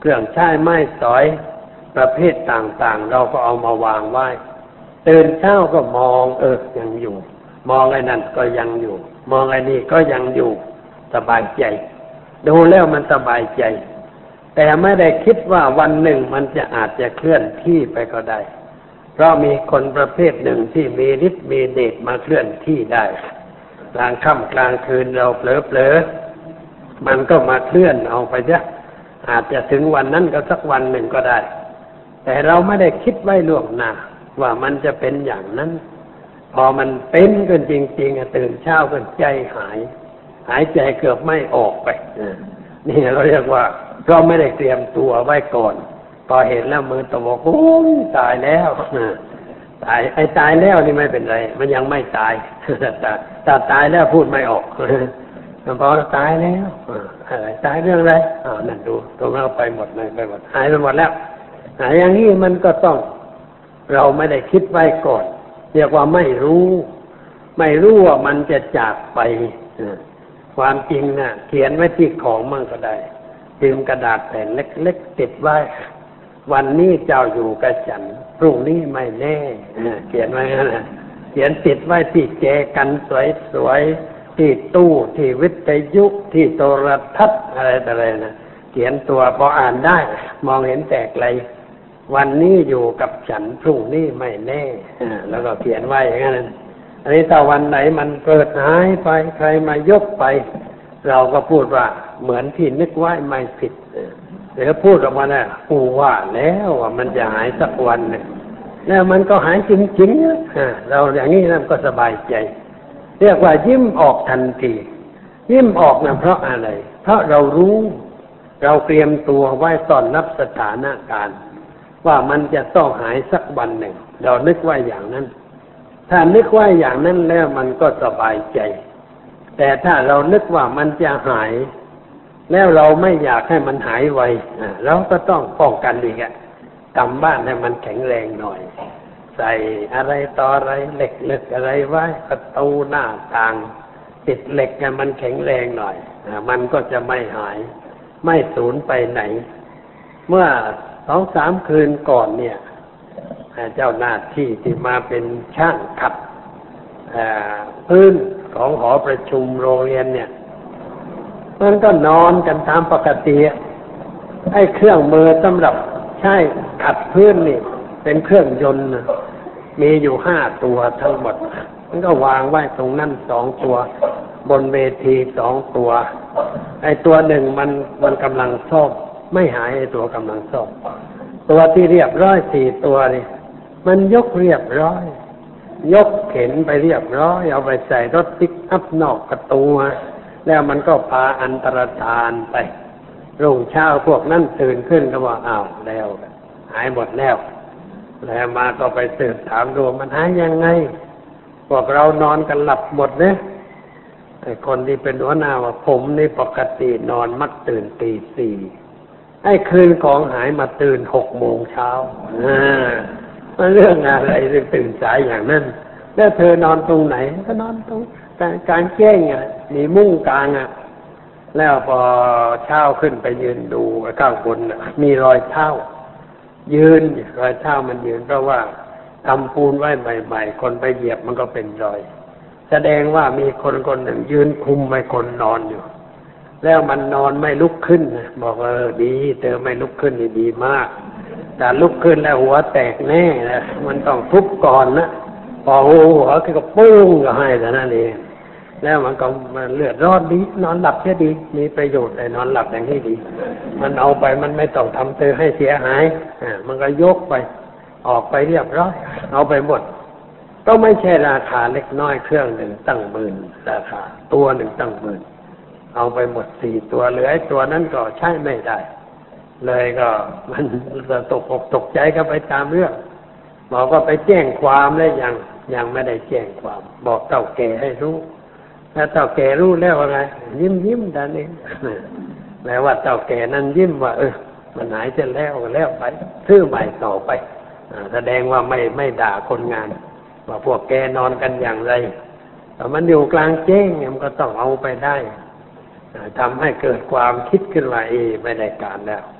เครื่องใช้ไม้สอยประเภทต่างๆเราก็เอามาวางไว้ตื่นเช้าก็มองเออยังอยู่มองไอ้นั่นก็ยังอยู่มองไอ้นี่ก็ยังอยู่สบายใจดูแล้วมันสบายใจแต่ไม่ได้คิดว่าวันหนึ่งมันจะอาจจะเคลื่อนที่ไปก็ได้เพราะมีคนประเภทหนึ่งที่มีฤทธิ์มีเดชมาเคลื่อนที่ได้กลางค่ำกลางคืนเราเผลอๆมันก็มาเคลื่อนเอาไปจ้ะอาจจะถึงวันนั้นก็สักวันหนึ่งก็ได้แต่เราไม่ได้คิดไว้ล่วงหน้าว่ามันจะเป็นอย่างนั้นพอมันเป็นกันจริงๆตื่นเช้าก็ใจหายหายใจเกือบไม่ออกไปนี่เราเรียกว่าเราไม่ได้เตรียมตัวไว้ก่อนพอเห็นแล้วมือตะบอกโอ้ยตายแล้วตายไอ้ตายแล้วนี่ไม่เป็นไรมันยังไม่ตายแต่ถ้าตายแล้วพูดไม่ออกพอตายแล้วอะไรตายเรื่องอะไรอ้าวนั่นดูตรงนั้นไปหมดเลยไปหมดหายไปหมดแล้วหายอย่างนี้มันก็ต้องเราไม่ได้คิดไว้ก่อนเรียกว่าไม่รู้ไม่รู้ว่ามันจะจากไปความจริงน่ะเขียนไว้ที่ของมั่งก็ได้พิมพ์กระดาษแผ่นเล็กๆติดไว้วันนี้เจ้าอยู่กับฉันพรุ่งนี้ไม่แน่เขียนไว้นั่นแหละเขียนติดไว้ที่แจกันสวยๆที่ตู้ที่วิทยุที่โทรทัศน์อะไรต่ออะไรนะเขียนตัวพออ่านได้มองเห็นแต่ไกลวันนี้อยู่กับฉันพรุ่งนี้ไม่แน่แล้วก็เขียนไว้อย่างนั้นอันนี้ถ้าวันไหนมันเกิดหายไปใครมายกไปเราก็พูดว่าเหมือนที่นึกไว้ไม่ผิดเดี๋ยวพูดออกมาเนี่ยกูว่าแล้วว่ามันจะหายสักวันหนึ่งแล้วมันก็หายจริงๆเราอย่างนี้นั่นก็สบายใจเรียกว่ายิ้มออกทันทียิ้มออกนะเพราะอะไรเพราะเรารู้เราเตรียมตัวไว้ต้อนรับสถานการณ์ว่ามันจะต้องหายสักวันหนึ่งเรานึกไว้อย่างนั้นถ้านึกไว้อย่างนั้นแล้วมันก็สบายใจแต่ถ้าเรานึกว่ามันจะหายแล้วเราไม่อยากให้มันหายไวเราก็ต้องป้องกันอีกอะทำบ้านให้มันแข็งแรงหน่อยใส่อะไรต่ออะไรเหล็กเหล็กอะไรไว้ประตูหน้าต่างติดเหล็กให้มันแข็งแรงหน่อยมันก็จะไม่หายไม่สูญไปไหนเมื่อสองสามคืนก่อนเนี่ยเจ้าหน้าที่ที่มาเป็นช่างขัดพื้นของหอประชุมโรงเรียนเนี่ยมันก็นอนกันตามปกติไอ้เครื่องมือสำหรับใช้ขัดพื้นนี่เป็นเครื่องยนต์มีอยู่ห้าตัวทั้งหมดมันก็วางไว้ตรงนั้นสองตัวบนเวทีสองตัวไอ้ตัวหนึ่งมันมันกำลังซ่อมไม่หายไอ้ตัวกำลังซ่อมตัวที่เรียบร้อยสี่ตัวนี่มันยกเรียบร้อยยกเข็นไปเรียบร้อยเอาไปใส่รถปิกอัพนอกประตูแล้วมันก็พาอันตรธานไปรุ่งเช้าพวกนั้นตื่นขึ้นก็ว่าอ้าวแล้วหายหมดแล้วแล้วมาก็ไปสืบถามดูมันหายยังไงพวกเรานอนกันหลับหมดเนี่ยไอ้คนที่เป็นหัวหน้าว่าผมนี่ปกตินอนมักตื่นตีสี่ไอ้คืนของหายมาตื่นหกโมงเช้าอ่ามันเรื่องอะไรเรื่องตื่นสายอย่างนั้นแล้วเธอนอนตรงไหนก็นอนตรงกลางแจ้งอ่ะมีมุ้งกลางอ่ะแล้วพอเช้าขึ้นไปยืนดูข้างบนมีรอยเท้ายืนรอยเท้ามันยืนเพราะว่าทำปูนไว้ใหม่ๆคนไปเหยียบมันก็เป็นรอยแสดงว่ามีคนคนหนึ่งยืนคุมไว้คนนอนอยู่แล้วมันนอนไม่ลุกขึ้นนะบอกเออดีเธอไม่ลุกขึ้นนี่ดีมากแต่ลุกขึ้นแล้วหัวแตกแน่นะมันต้องทุบก่อนนะพอหัวก็ปุ้งก็ให้แต่นั่นเองแล้วมันก็มันเลือดร้อนดีนอนหลับแค่ดีมีประโยชน์เลยนอนหลับอย่างที่ดีมันเอาไปมันไม่ต้องทำเธอให้เสียหายอ่ามันก็ยกไปออกไปเรียบร้อยเอาไปหมดก็ไม่ใช่ราคาเล็กน้อยเครื่องหนึ่งตั้งหมื่นราคาตัวหนึ่งตั้งหมื่นเอาไปหมดสี่ตัวเหลือไอ้ตัวนั้นก็ใช้ไม่ได้เลยก็มันตกอกตกใจก็ไปตามเรื่องบอกก็ไปแจ้งความแล้วยังยังไม่ได้แจ้งความบอกเต่าแก่ให้รู้แล้วเต่าแก่รู้แล้วว่าไงยิ้มยิ้มดันเองแปลว่าเต่าแก่นั้นยิ้มว่าเออมันหายจะแล้วแล้วไปซื้อใหม่ต่อไปแสดงว่าไม่ไม่ด่าคนงานว่าพวกแกนอนกันอย่างไรแต่มันอยู่กลางแจ้งมันก็ต้องเอาไปได้ทำให้เกิดความคิดขึ้นว่าเอไม่ได้การแล้ว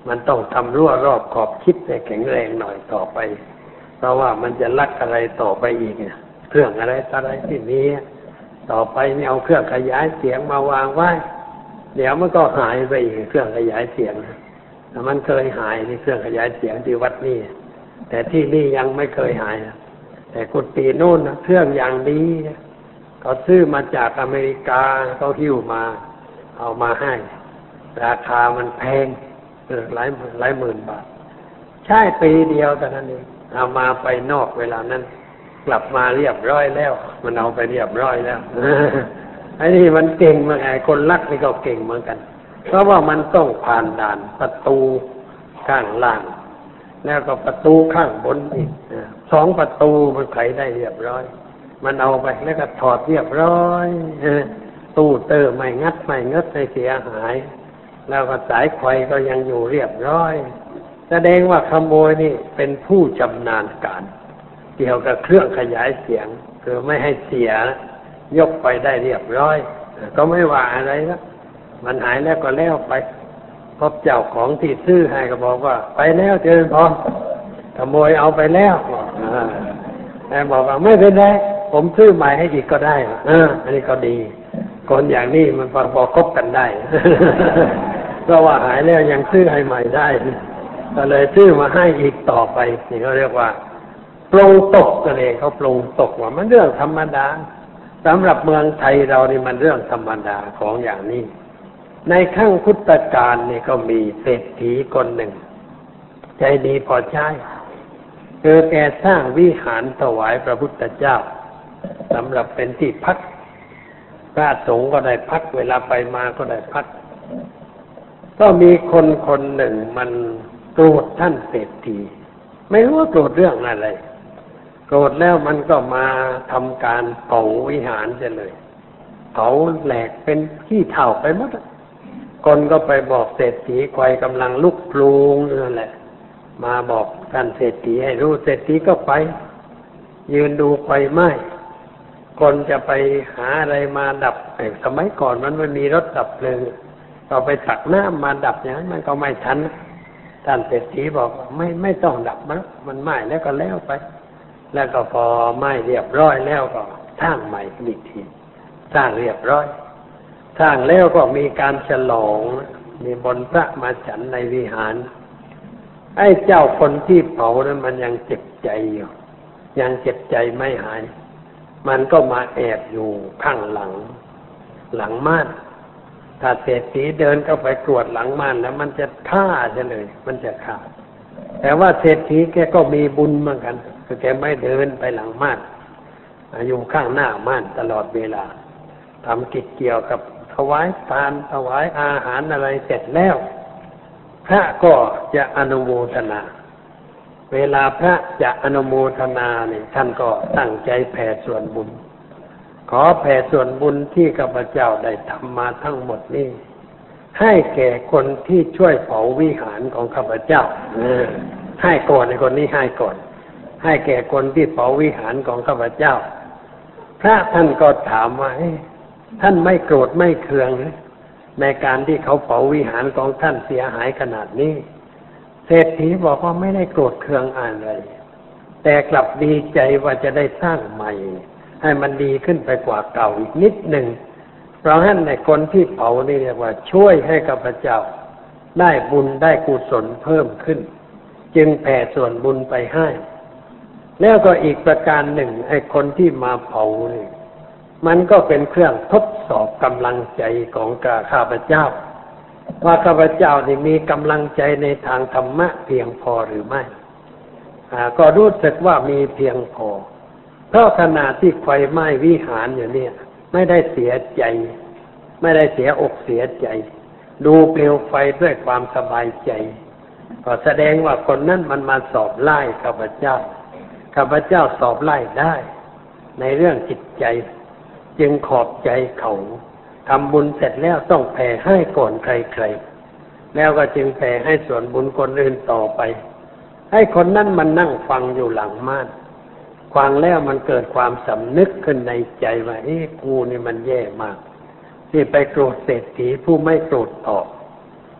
มันต้องทำรั่วรอบขอบคิดให้แข็งแรงหน่อยต่อไปเพราะว่ามันจะลักอะไรต่อไปอีกเนี่ยเครื่องอะไรอะไรที่มีต่อไปนี่เอาเครื่องขยายเสียงมาวางไว้เดี๋ยวมันก็หายไปอีกเครื่องขยายเสียงแต่มันเคยหายในเครื่องขยายเสียงที่วัดนี่แต่ที่นี่ยังไม่เคยหายแต่กุฏิโน่นนะเครื่องอย่างดีเขาซื้อมาจากอเมริกาเขาหิ้วมาเอามาให้ราคามันแพงเออหลายหลายหมื่นบาทใช่ปีเดียวแต่นั้นเองเอามาไปนอกเวลานั้นกลับมาเรียบร้อยแล้วมันเอาไปเรียบร้อยแล้วไอ้นี่มันเก่งเหมือนไงคนลักนี่ก็เก่งเหมือนกันเพราะว่ามันต้องผ่านด่านประตูข้างล่างแล้วก็ประตูข้างบนอีกสองประตูมันไขได้เรียบร้อยมันเอาไปแล้วก็ถอดเรียบร้อยตู้เตอร์ไม่งัดไม่งัดไม่เสียหายแล้วก็สายไฟก็ยังอยู่เรียบร้อยแสดงว่าขโมยนี่เป็นผู้ชำนาญการเกี่ยวกับเครื่องขยายเสียงคือไม่ให้เสียยกไปได้เรียบร้อยก็ไม่ว่าอะไรแล้วมันหายแล้วก็แล้วไปพบเจ้าของที่ซื้อให้ก็บอกว่าไปแล้วเจริญพรขโมยเอาไปแล้วแต่บอกว่าไม่เป็นไรผมซื้อใหม่ให้อีกก็ได้อ่าอันนี้ก็ดีคนอย่างนี้มันพอพอคบกันได้เพราะว่าหายแล้วยังซื้อให้ใหม่ได้ก็เลยซื้อมาให้อีกต่อไปนี่เขาเรียกว่าปรงตกกันเองเขาปรงตกว่ามันเรื่องธรรมดาสำหรับเมืองไทยเรานี่มันเรื่องธรรมดาของอย่างนี้ในขั้งพุทธกาลนี่ก็มีเศรษฐีคนหนึ่งใจดีพอใช้คือแกสร้างวิหารถวายพระพุทธเจ้าสำหรับเป็นที่พักพระสงฆ์ก็ได้พักเวลาไปมาก็ได้พักก็มีคนคนหนึ่งมันโกรธท่านเศรษฐีไม่รู้ว่าโกรธเรื่องอะไรโกรธแล้วมันก็มาทำการเผาวิหารเสียเลยเผาแหลกเป็นขี้เถ้าไปหมดคนก็ไปบอกเศรษฐีไฟกำลังลุกโผล่นั่นแหละมาบอกท่านเศรษฐีให้รู้เศรษฐีก็ไปยืนดูไฟไหม้คนจะไปหาอะไรมาดับสมัยก่อนมันไม่มีรถดับเพลิงเราไปตักน้ำมาดับอย่างนั้นมันก็ไม่ทันท่านเศรษฐีบอกไม่ไม่ต้องดับมันมันไหม้แล้วก็แล้วไปแล้วก็พอไหม้เรียบร้อยแล้วก็สร้างใหม่อีกทีสร้างเรียบร้อยสร้างแล้วก็มีการฉลองมีบนพระมาฉันในวิหารไอ้เจ้าคนที่เผานั้นมันยังเจ็บใจอยู่ยังเจ็บใจไม่หายมันก็มาแอบอยู่ข้างหลังหลังม่านถ้าเศรษฐีเดินเข้าไปกรวดหลังม่านแล้วมันจะฆ่าจะเลยมันจะฆ่าแต่ว่าเศรษฐีแกก็มีบุญเหมือนกันคือแกไม่เดินไปหลังม่านอยู่ข้างหน้าม่านตลอดเวลาทำกิจเกี่ยวกับถวายทานถวายอาหารอะไรเสร็จแล้วพระก็จะอนุโมทนาเวลาพระจะอนุโมทนาเนี่ยท่านก็ตั้งใจแผ่ส่วนบุญขอแผ่ส่วนบุญที่ข้าพเจ้าได้ทำมาทั้งหมดนี้ให้แก่คนที่ช่วยเผาวิหารของข้าพเจ้าให้ก่อนในคนนี้ให้ก่อนให้แก่คนที่เผาวิหารของข้าพเจ้าพระท่านก็ถามว่าท่านไม่โกรธไม่เคืองในการที่เขาเผาวิหารของท่านเสียหายขนาดนี้เศรษฐีบอกว่าไม่ได้โกรธเคืองอะไรแต่กลับดีใจว่าจะได้สร้างใหม่ให้มันดีขึ้นไปกว่าเก่าอีกนิดหนึ่งเพราะฉะนั้นในคนที่เผานี่เรียกว่าช่วยให้ข้าพเจ้าได้บุญได้กุศลเพิ่มขึ้นจึงแผ่ส่วนบุญไปให้แล้วก็อีกประการหนึ่งไอ้คนที่มาเผานี่มันก็เป็นเครื่องทดสอบกำลังใจของข้าพเจ้าว่าข้าพเจ้านี่มีกำลังใจในทางธรรมะเพียงพอหรือไม่อ่าก็รู้สึกว่ามีเพียงพอเพราะขณะที่ไฟไหม้วิหารอยู่เนี่ยไม่ได้เสียใจไม่ได้เสียอกเสียใจดูเปลวไฟด้วยความสบายใจก็แสดงว่าคนนั้นมันมาสอบไล่ข้าพเจ้าข้าพเจ้าสอบไล่ได้ในเรื่องจิตใจจึงขอบใจเขาทำบุญเสร็จแล้วต้องแผ่ให้ก่อนใครๆแล้วก็จึงแผ่ให้ส่วนบุญคนอื่นต่อไปให้คนนั้นมันนั่งฟังอยู่หลังม่านฟังแล้วมันเกิดความสำนึกขึ้นในใจว่าเอ้กูนี่มันแย่มากที่ไปโกรธเศรษฐีผู้ไม่โกรธตอบ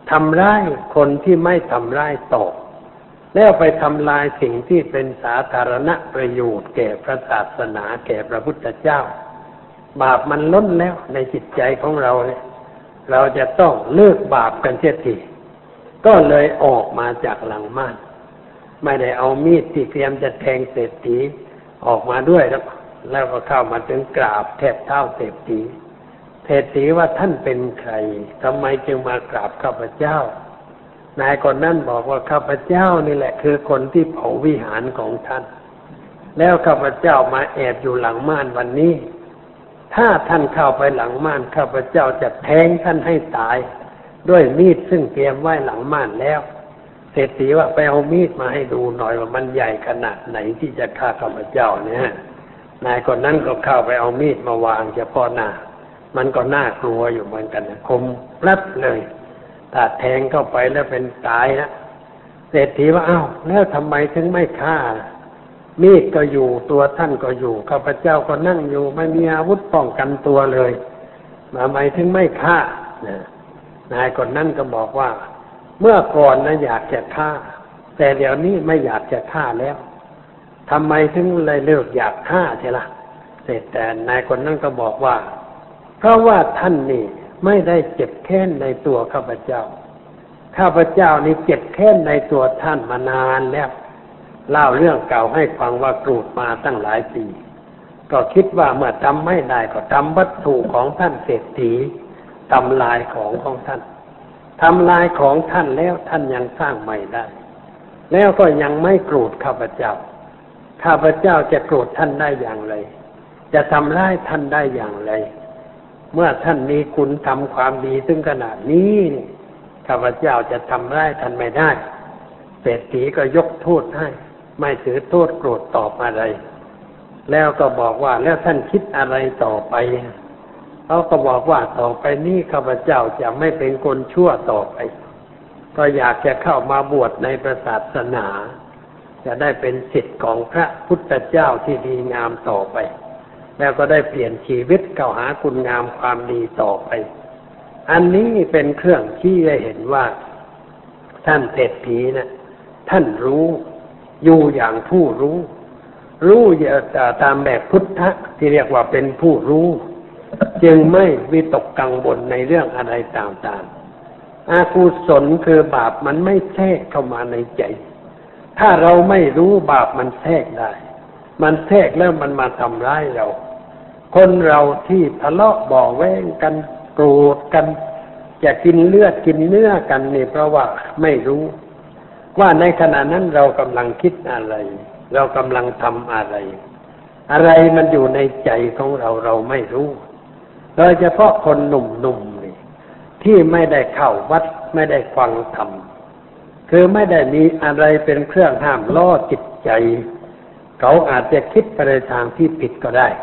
ทำร้ายคนที่ไม่ทำร้ายตอบแล้วไปทำลายสิ่งที่เป็นสาธารณประโยชน์แก่พระศาสนาแก่พระพุทธเจ้าบาปมันล้นแล้วในจิตใจของเราเนี่ยเราจะต้องเลิกบาปกันเสียทีก็เลยออกมาจากหลังม่านไม่ได้เอามีดที่เตรียมจะแทงเศรษฐีออกมาด้วยแล้วแล้วก็เข้ามาถึงกราบแทบเท้าเศรษฐีเศรษฐีว่าท่านเป็นใครทำไมจึงมากราบข้าพเจ้านายคนนั้นบอกว่าข้าพเจ้านี่แหละคือคนที่เผาวิหารของท่านแล้วข้าพเจ้ามาแอบอยู่หลังม่านวันนี้ถ้าท่านเข้าไปหลังม่านข้าพเจ้าจะแทงท่านให้ตายด้วยมีดซึ่งเตรียมไว้หลังม่านแล้วเศรษฐีว่าไปเอามีดมาให้ดูหน่อยว่ามันใหญ่ขนาดไหนที่จะฆ่าข้าพเจ้าเนี่ยนายคนนั้นก็เข้าไปเอามีดมาวางเฉพาะหน้ามันก็น่ากลัวอยู่เหมือนกันนะคมรัดเลยถ้าแทงเข้าไปแล้วเป็นตายนะเศรษฐีว่าอ้าวแล้วทำไมถึงไม่ฆ่ามีดก็อยู่ตัวท่านก็อยู่ข้าพเจ้าก็นั่งอยู่ไม่มีอาวุธป้องกันตัวเลยทำไมถึงไม่ฆ่านายคนนั้นก็บอกว่าเมื่อก่อนนะอยากจะฆ่าแต่เดี๋ยวนี้ไม่อยากจะฆ่าแล้วทำไมถึงเลยเลิกอยากฆ่าใช่ล่ะเสร็จแต่นายคนนั้นก็บอกว่าเพราะว่าท่านนี่ไม่ได้เจ็บแค้นในตัวข้าพเจ้าข้าพเจ้านี่เจ็บแค้นในตัวท่านมานานแล้วเล่าเรื่องเก่าให้ฟังว่าโกรธมาตั้งหลายปีก็คิดว่าเมื่อทำไม่ได้ก็ทำวัตถุของท่านเศรษฐีทำลายของของท่านทำลายของท่านแล้วท่านยังสร้างใหม่ได้แล้วก็ยังไม่โกรธข้าพเจ้าข้าพเจ้าจะโกรธท่านได้อย่างไรจะทำร้ายท่านได้อย่างไรเมื่อท่านมีคุณทำความดีถึงขนาดนี้ข้าพเจ้าจะทำร้ายท่านไม่ได้เศรษฐีก็ยกโทษให้ไม่ถือโทษโกรธตอบอะไรแล้วก็บอกว่าแล้วท่านคิดอะไรต่อไปเขาก็บอกว่าต่อไปนี้ข้าพเจ้าจะไม่เป็นคนชั่วต่อไปก็อยากจะเข้ามาบวชในพระศาสนาจะได้เป็นศิษย์ของพระพุทธเจ้าที่ดีงามต่อไปแล้วก็ได้เปลี่ยนชีวิตเข้าหาคุณงามความดีต่อไปอันนี้เป็นเครื่องชี้ให้เห็นว่าท่านเศรษฐีนะท่านรู้อยู่อย่างผู้รู้รู้ตามแบบพุทธะที่เรียกว่าเป็นผู้รู้จึงไม่วิตกกังวลในเรื่องอะไรต่างๆอกุศลคือบาปมันไม่แทรกเข้ามาในใจถ้าเราไม่รู้บาปมันแทรกได้มันแทรกแล้วมันมาทำร้ายเราคนเราที่ทะเลาะเบาะแว้งกันโกรธกันจะกินเลือดกินเนื้อกันนี่เพราะว่าไม่รู้ว่าในขณะนั้นเรากำลังคิดอะไรเรากำลังทำอะไรอะไรมันอยู่ในใจของเราเราไม่รู้โดยเฉพาะคนหนุ่มๆนี่ที่ไม่ได้เข้าวัดไม่ได้ฟังธรรมคือไม่ได้มีอะไรเป็นเครื่องห้ามล่อจิตใจเขาอาจจะคิดไปในทางที่ผิดก็ได้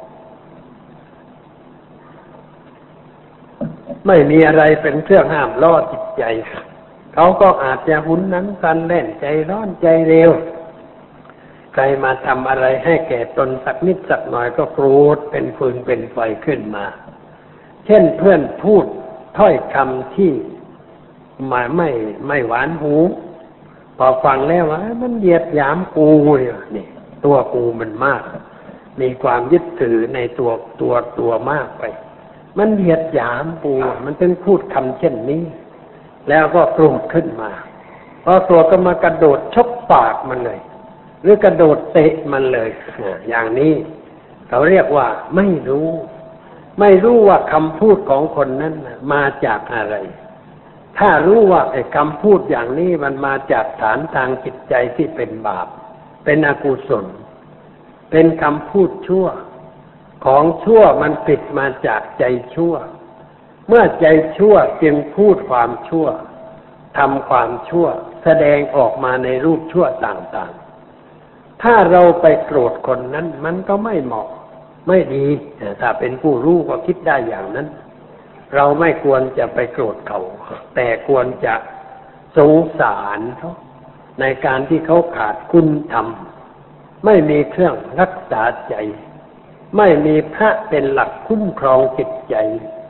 ไม่มีอะไรเป็นเครื่องห้ามล่อจิตใจเขาก็อาจจะหุนนั้นกันเล่นใจร้อนใจเร็วใครมาทำอะไรให้แก่ตนสักนิดสักหน่อยก็โกรธเป็นฟืนเป็นไฟขึ้นมาเช่นเพื่อนพูดถ้อยคำที่หมายไม่ไม่หวานหูพอฟังแล้วว่ามันเหยียดหยามกูเนี่ยนี่ตัวกูมันมากมีความยึดถือในตัวตัวตัวมากไปมันเหยียดหยามกูมันถึงพูดคำเช่นนี้แล้วก็โกรธขึ้นมาพอตัวก็มากระโดดชกปากมันเลยหรือกระโดดเตะมันเลยอย่างนี้เขาเรียกว่าไม่รู้ไม่รู้ว่าคำพูดของคนนั้นมาจากอะไรถ้ารู้ว่าไอ้คำพูดอย่างนี้มันมาจากฐานทางจิตใจที่เป็นบาปเป็นอกุศลเป็นคำพูดชั่วของชั่วมันติดมาจากใจชั่วเมื่อใจชั่วจึงพูดความชั่วทำความชั่วแสดงออกมาในรูปชั่วต่างๆถ้าเราไปโกรธคนนั้นมันก็ไม่เหมาะไม่ดีถ้าเป็นผู้รู้ก็คิดได้อย่างนั้นเราไม่ควรจะไปโกรธเขาแต่ควรจะสงสารเขาในการที่เขาขาดคุณธรรมไม่มีเครื่องรักษาใจไม่มีพระเป็นหลักคุ้มครองจิตใจ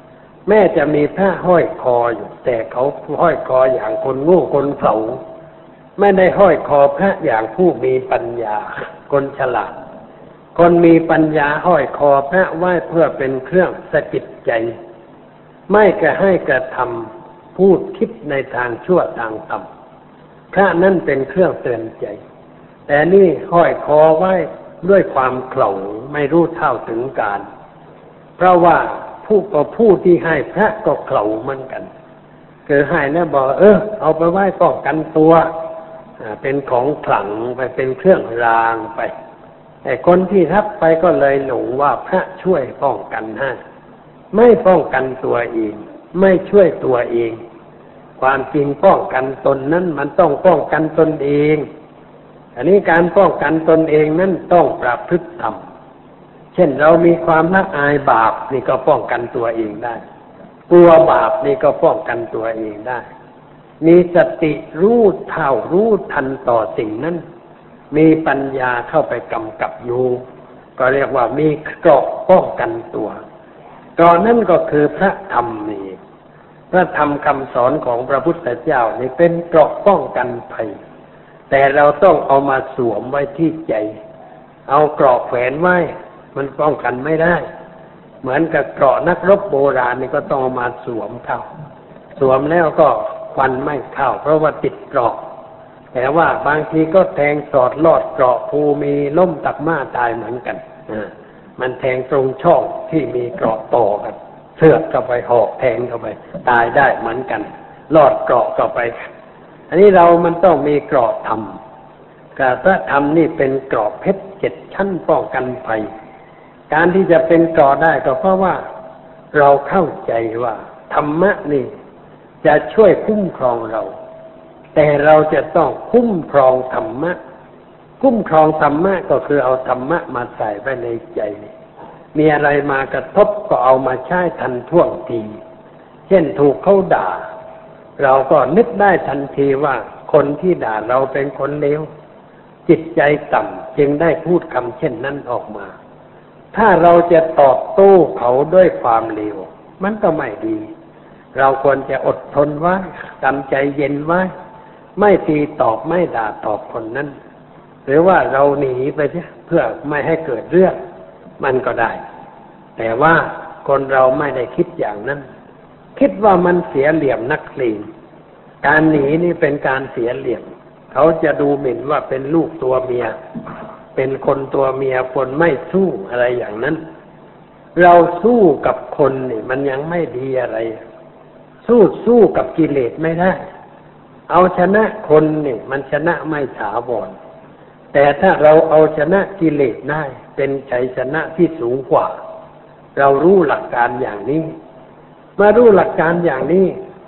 แม้จะมีพระห้อยคออยู่แต่เขาห้อยคออย่างคนโง่คนเขลาไม่ได้ห้อยคอพระอย่างผู้มีปัญญาคนฉลาดคนมีปัญญาห้อยคอพระไว้เพื่อเป็นเครื่องสะกิดใจไม่กระให้กระทำพูดคิดในทางชั่วทางต่ำพระนั่นเป็นเครื่องเตือนใจแต่นี่ห้อยคอไว้ด้วยความเขลาไม่รู้เท่าถึงการเพราะว่าผู้ก็ผู้ที่ให้พระก็เขลาเหมือนกันคือให้แล้วบอกเออเอาไปไว้ป้องกันตัวเป็นของขลังไปเป็นเครื่องรางไปแต่คนที่รับไปก็เลยหลงว่าพระช่วยป้องกันให้ไม่ป้องกันตัวเองไม่ช่วยตัวเองความจริงป้องกันตนนั้นมันต้องป้องกันตนเองอันนี้การป้องกันตนเองนั้นต้องประพฤติธรรมเช่นเรามีความละอายบาปนี่ก็ป้องกันตัวเองได้กลัวบาปนี่ก็ป้องกันตัวเองได้มีสติรู้เท่ารู้ทันต่อสิ่งนั้นมีปัญญาเข้าไปกำกับอยู่ก็เรียกว่ามีเกราะป้องกันตัวเกราะนั่นก็คือพระธรรมนี่พระธรรมคำสอนของพระพุทธเจ้านี่เป็นเกราะป้องกันภัยแต่เราต้องเอามาสวมไว้ที่ใจเอาเกราะแขวนไว้มันป้องกันไม่ได้เหมือนกับเกราะนักรบโบราณนี่ก็ต้องเอามาสวมเข้าสวมแล้วก็ควันไม่เข้าเพราะว่าติดเกราะแต่ว่าบางทีก็แทงสอดลอดเกราะภูมีล้มตักม้าตายเหมือนกันมันแทงตรงช่องที่มีเกราะต่อกันเสือกเข้าไปหอกแทงเข้าไปตายได้เหมือนกันลอดเกราะเข้าไปอันนี้เรามันต้องมีเกราะธรรมการพระธรรมนี่เป็นเกราะเพชรเจ็ดชั้นป้องกันภัยการที่จะเป็นเกราะได้ก็เพราะว่าเราเข้าใจว่าธรรมะนี่จะช่วยคุ้มครองเราแต่เราจะต้องคุ้มครองธรรมะคุ้มครองธรรมะก็คือเอาธรรมะมาใส่ไว้ในใจมีอะไรมากระทบก็เอามาใช้ทันท่วงทีเช่นถูกเขาด่าเราก็นึกได้ทันทีว่าคนที่ด่าเราเป็นคนเลวจิตใจต่ำจึงได้พูดคำเช่นนั้นออกมาถ้าเราจะตอบโต้เขาด้วยความเลวมันก็ไม่ดีเราควรจะอดทนไว้ทำใจเย็นไว้ไม่ตีตอบไม่ด่าตอบคนนั้นหรือว่าเราหนีไปเพื่อไม่ให้เกิดเรื่องมันก็ได้แต่ว่าคนเราไม่ได้คิดอย่างนั้นคิดว่ามันเสียเหลี่ยมนักเลงการหนีนี่เป็นการเสียเหลี่ยมเขาจะดูหมิ่นว่าเป็นลูกตัวเมียเป็นคนตัวเมียคนไม่สู้อะไรอย่างนั้นเราสู้กับคนนี่มันยังไม่ดีอะไรสู้สู้กับกิเลสไม่ได้เอาชนะคนนี่มันชนะไม่ถาวรแต่ถ้าเราเอาชนะกิเลสได้เป็นชัยชนะที่สูงกว่าเรารู้หลักการอย่างนี้มารู้หลักการอย่างนี้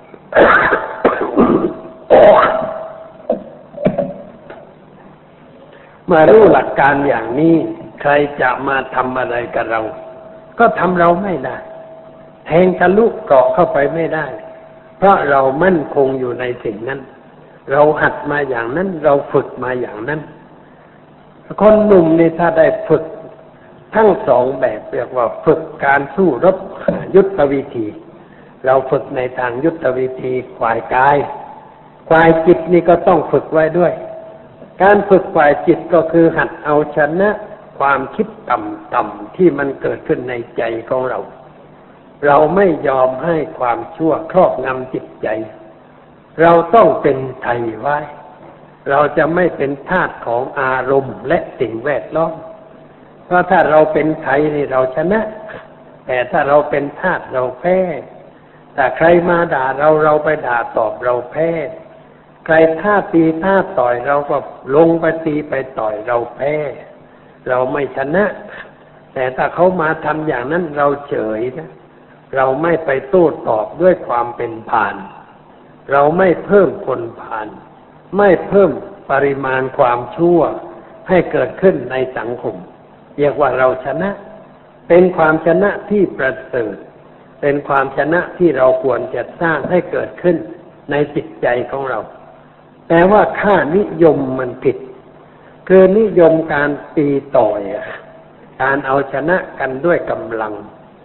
มารู้หลักการอย่างนี้ใครจะมาทำอะไรกับเราก็ทำเราไม่ได้แทงทะลุเกราะเข้าไปไม่ได้เพราะเรามั่นคงอยู่ในสิ่งนั้นเราหัดมาอย่างนั้นเราฝึกมาอย่างนั้นคนหนุ่มนี่ถ้าได้ฝึกทั้งสองแบบเรียกว่าฝึกการสู้รบยุทธวิธีเราฝึกในทางยุทธวิธีฝ่ายกายฝ่ายจิตนี่ก็ต้องฝึกไว้ด้วยการฝึกฝ่ายจิตก็คือหัดเอาชนะความคิดต่ำๆที่มันเกิดขึ้นในใจของเราเราไม่ยอมให้ความชั่วครอบงำจิตใจเราต้องเป็นไทยไว้เราจะไม่เป็นทาสของอารมณ์และสิ่งแวดล้อมเพราะถ้าเราเป็นไทยนี่เราชนะแต่ถ้าเราเป็นทาสเราแพ้ถ้าใครมาด่าเราเราไปด่าตอบเราแพ้ใครท่าตีท่าต่อยเราก็ลงไปตีไปต่อยเราแพ้เราไม่ชนะแต่ถ้าเขามาทำอย่างนั้นเราเฉยนะเราไม่ไปโต้ตอบด้วยความเป็นผ่านเราไม่เพิ่มคนผ่านไม่เพิ่มปริมาณความชั่วให้เกิดขึ้นในสังคมเรียกว่าเราชนะเป็นความชนะที่ประเสริฐเป็นความชนะที่เราควรจะสร้างให้เกิดขึ้นในจิตใจของเราแต่ว่าค่านิยมมันผิดคือนิยมการตีต่อยการเอาชนะกันด้วยกำลัง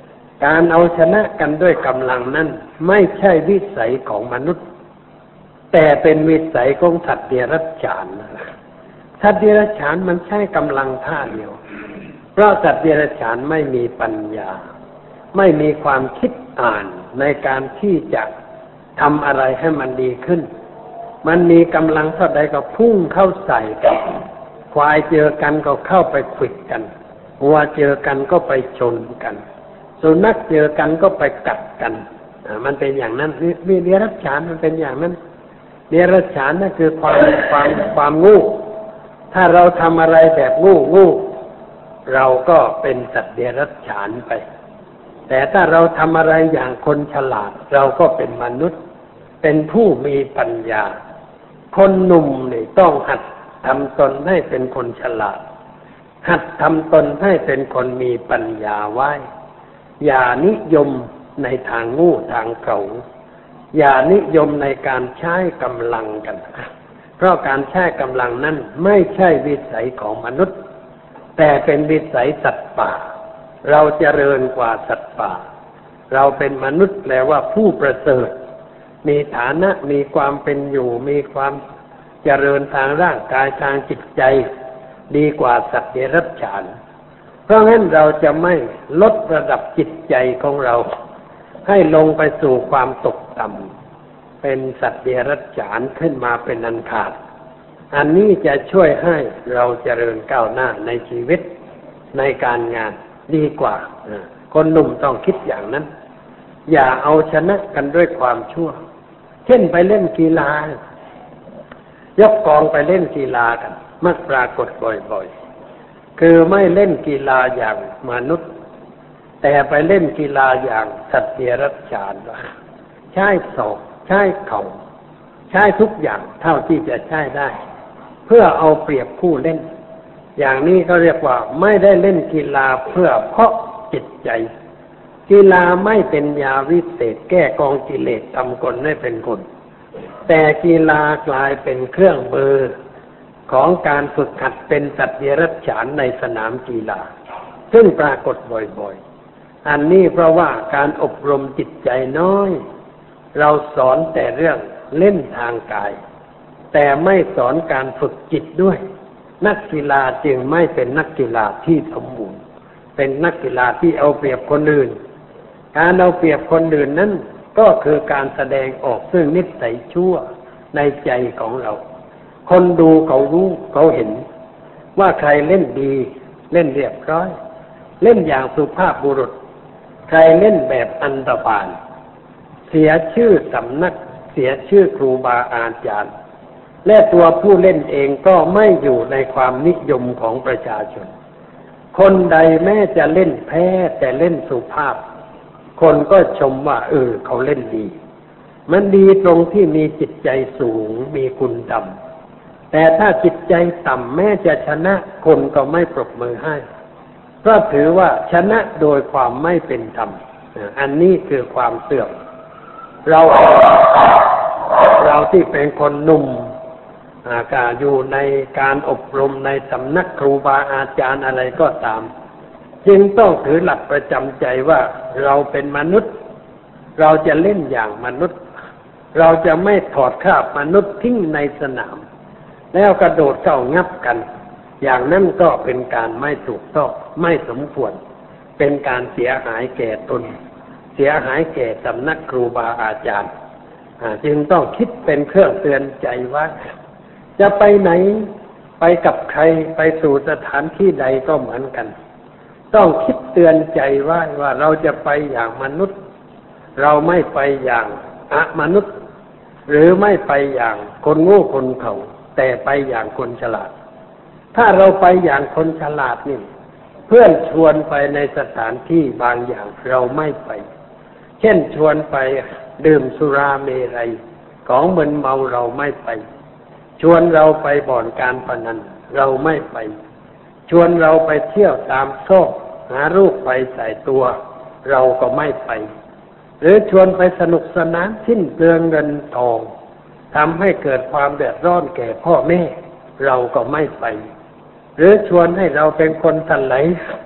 การเอาชนะกันด้วยกำลังนั้นไม่ใช่วิสัยของมนุษย์แต่เป็นวิสัยของสัตว์เดรัจฉานสัตว์เดรัจฉานมันใช้กำลังท่าเดียวเพราะสัตว์เดรัจฉานไม่มีปัญญาไม่มีความคิดอ่านในการที่จะทำอะไรให้มันดีขึ้นมันมีกำลังเท่าใดก็พุ่งเข้าใส่กันควายเจอกันก็เข้าไปขวิดกันวัวเจอกันก็ไปชนกันสุนัขเจอกันก็ไปกัดกันมันเป็นอย่างนั้นวิเดรัจฉานมันเป็นอย่างนั้นเดรัจฉานนั่นคือความความความงูถ้าเราทำอะไรแบบงูงูเราก็เป็นสัตว์เดรัจฉานไปแต่ถ้าเราทำอะไรอย่างคนฉลาดเราก็เป็นมนุษย์เป็นผู้มีปัญญาคนหนุ่มนี่ต้องหัดทำตนให้เป็นคนฉลาดหัดทำตนให้เป็นคนมีปัญญาไว้อย่านิยมในทางงูทางเก่าอย่านิยมในการใช้กำลังกันเพราะการใช้กำลังนั้นไม่ใช่วิสัยของมนุษย์แต่เป็นวิสัยสัตว์ป่าเราเจริญกว่าสัตว์ป่าเราเป็นมนุษย์แปลว่าผู้ประเสริฐมีฐานะมีความเป็นอยู่มีความเจริญทางร่างกายทางจิตใจดีกว่าสัตว์เดรัจฉานเพราะงั้นเราจะไม่ลดระดับจิตใจของเราให้ลงไปสู่ความตกต่ำเป็นสัตว์เดรัจฉานขึ้นมาเป็นอันขาดอันนี้จะช่วยให้เราเจริญก้าวหน้าในชีวิตในการงานดีกว่าคนหนุ่มต้องคิดอย่างนั้นอย่าเอาชนะกันด้วยความชั่วเช่นไปเล่นกีฬายกกองไปเล่นกีฬากันมักปรากฏบ่อยๆคือไม่เล่นกีฬาอย่างมนุษย์แต่ไปเล่นกีฬาอย่างสัตว์เดรัจฉานใช้ศอกใช้เข่าใช้ทุกอย่างเท่าที่จะใช้ได้เพื่อเอาเปรียบผู้เล่นอย่างนี้ก็เรียกว่าไม่ได้เล่นกีฬาเพื่อเพาะจิตใจกีฬาไม่เป็นยาวิเศษแก้กองกิเลสทำคนให้เป็นคนแต่กีฬากลายเป็นเครื่องมือของการฝึกหัดเป็นสัตว์เดรัจฉานในสนามกีฬาซึ่งปรากฏบ่อยๆอันนี้เพราะว่าการอบรมจิตใจน้อยเราสอนแต่เรื่องเล่นทางกายแต่ไม่สอนการฝึกจิตด้วยนักกีฬาจึงไม่เป็นนักกีฬาที่สมบูรณ์เป็นนักกีฬาที่เอาเปรียบคนอื่นการเอาเปรียบคนอื่นนั้นก็คือการแสดงออกซึ่งนิสัยชั่วในใจของเราคนดูเขารู้เขาเห็นว่าใครเล่นดีเล่นเรียบร้อยเล่นอย่างสุภาพบุรุษใครเล่นแบบอันธพาลเสียชื่อสำนักเสียชื่อครูบาอาจารย์และตัวผู้เล่นเองก็ไม่อยู่ในความนิยมของประชาชนคนใดแม้จะเล่นแพ้แต่เล่นสุภาพคนก็ชมว่าเออเขาเล่นดีมันดีตรงที่มีจิตใจสูงมีคุณธรรมแต่ถ้าจิตใจต่ำแม้จะชนะคนก็ไม่ปรบมือให้เพราะถือว่าชนะโดยความไม่เป็นธรรมอันนี้คือความเสื่อมเราเราที่เป็นคนหนุ่มก็อยู่ในการอบรมในสำนักครูบาอาจารย์อะไรก็ตามจึงต้องถือหลักประจำใจว่าเราเป็นมนุษย์เราจะเล่นอย่างมนุษย์เราจะไม่ถอดคราบมนุษย์ทิ้งในสนามแล้วกระโดดเข้างับกันอย่างนั้นก็เป็นการไม่ถูกต้องไม่สมควรเป็นการเสียหายแก่ตนเสียหายแก่สำนักครูบาอาจารย์จึงต้องคิดเป็นเครื่องเตือนใจว่าจะไปไหนไปกับใครไปสู่สถานที่ใดก็เหมือนกันต้องคิดเตือนใจว่าว่าเราจะไปอย่างมนุษย์เราไม่ไปอย่างอะมนุษย์หรือไม่ไปอย่างคนโง่คนเขลาแต่ไปอย่างคนฉลาดถ้าเราไปอย่างคนฉลาดนี่เพื่อนชวนไปในสถานที่บางอย่างเราไม่ไปเช่นชวนไปดื่มสุราเมรัยของมึนเมาเราไม่ไปชวนเราไปบ่อนการพนันเราไม่ไปชวนเราไปเที่ยวตามโซ่หารูปไปใส่ตัวเราก็ไม่ไปหรือชวนไปสนุกสนานสิ้นเปลืองเงินทองทำให้เกิดความเดือดร้อนแก่พ่อแม่เราก็ไม่ไปหรือชวนให้เราเป็นคนทะไหล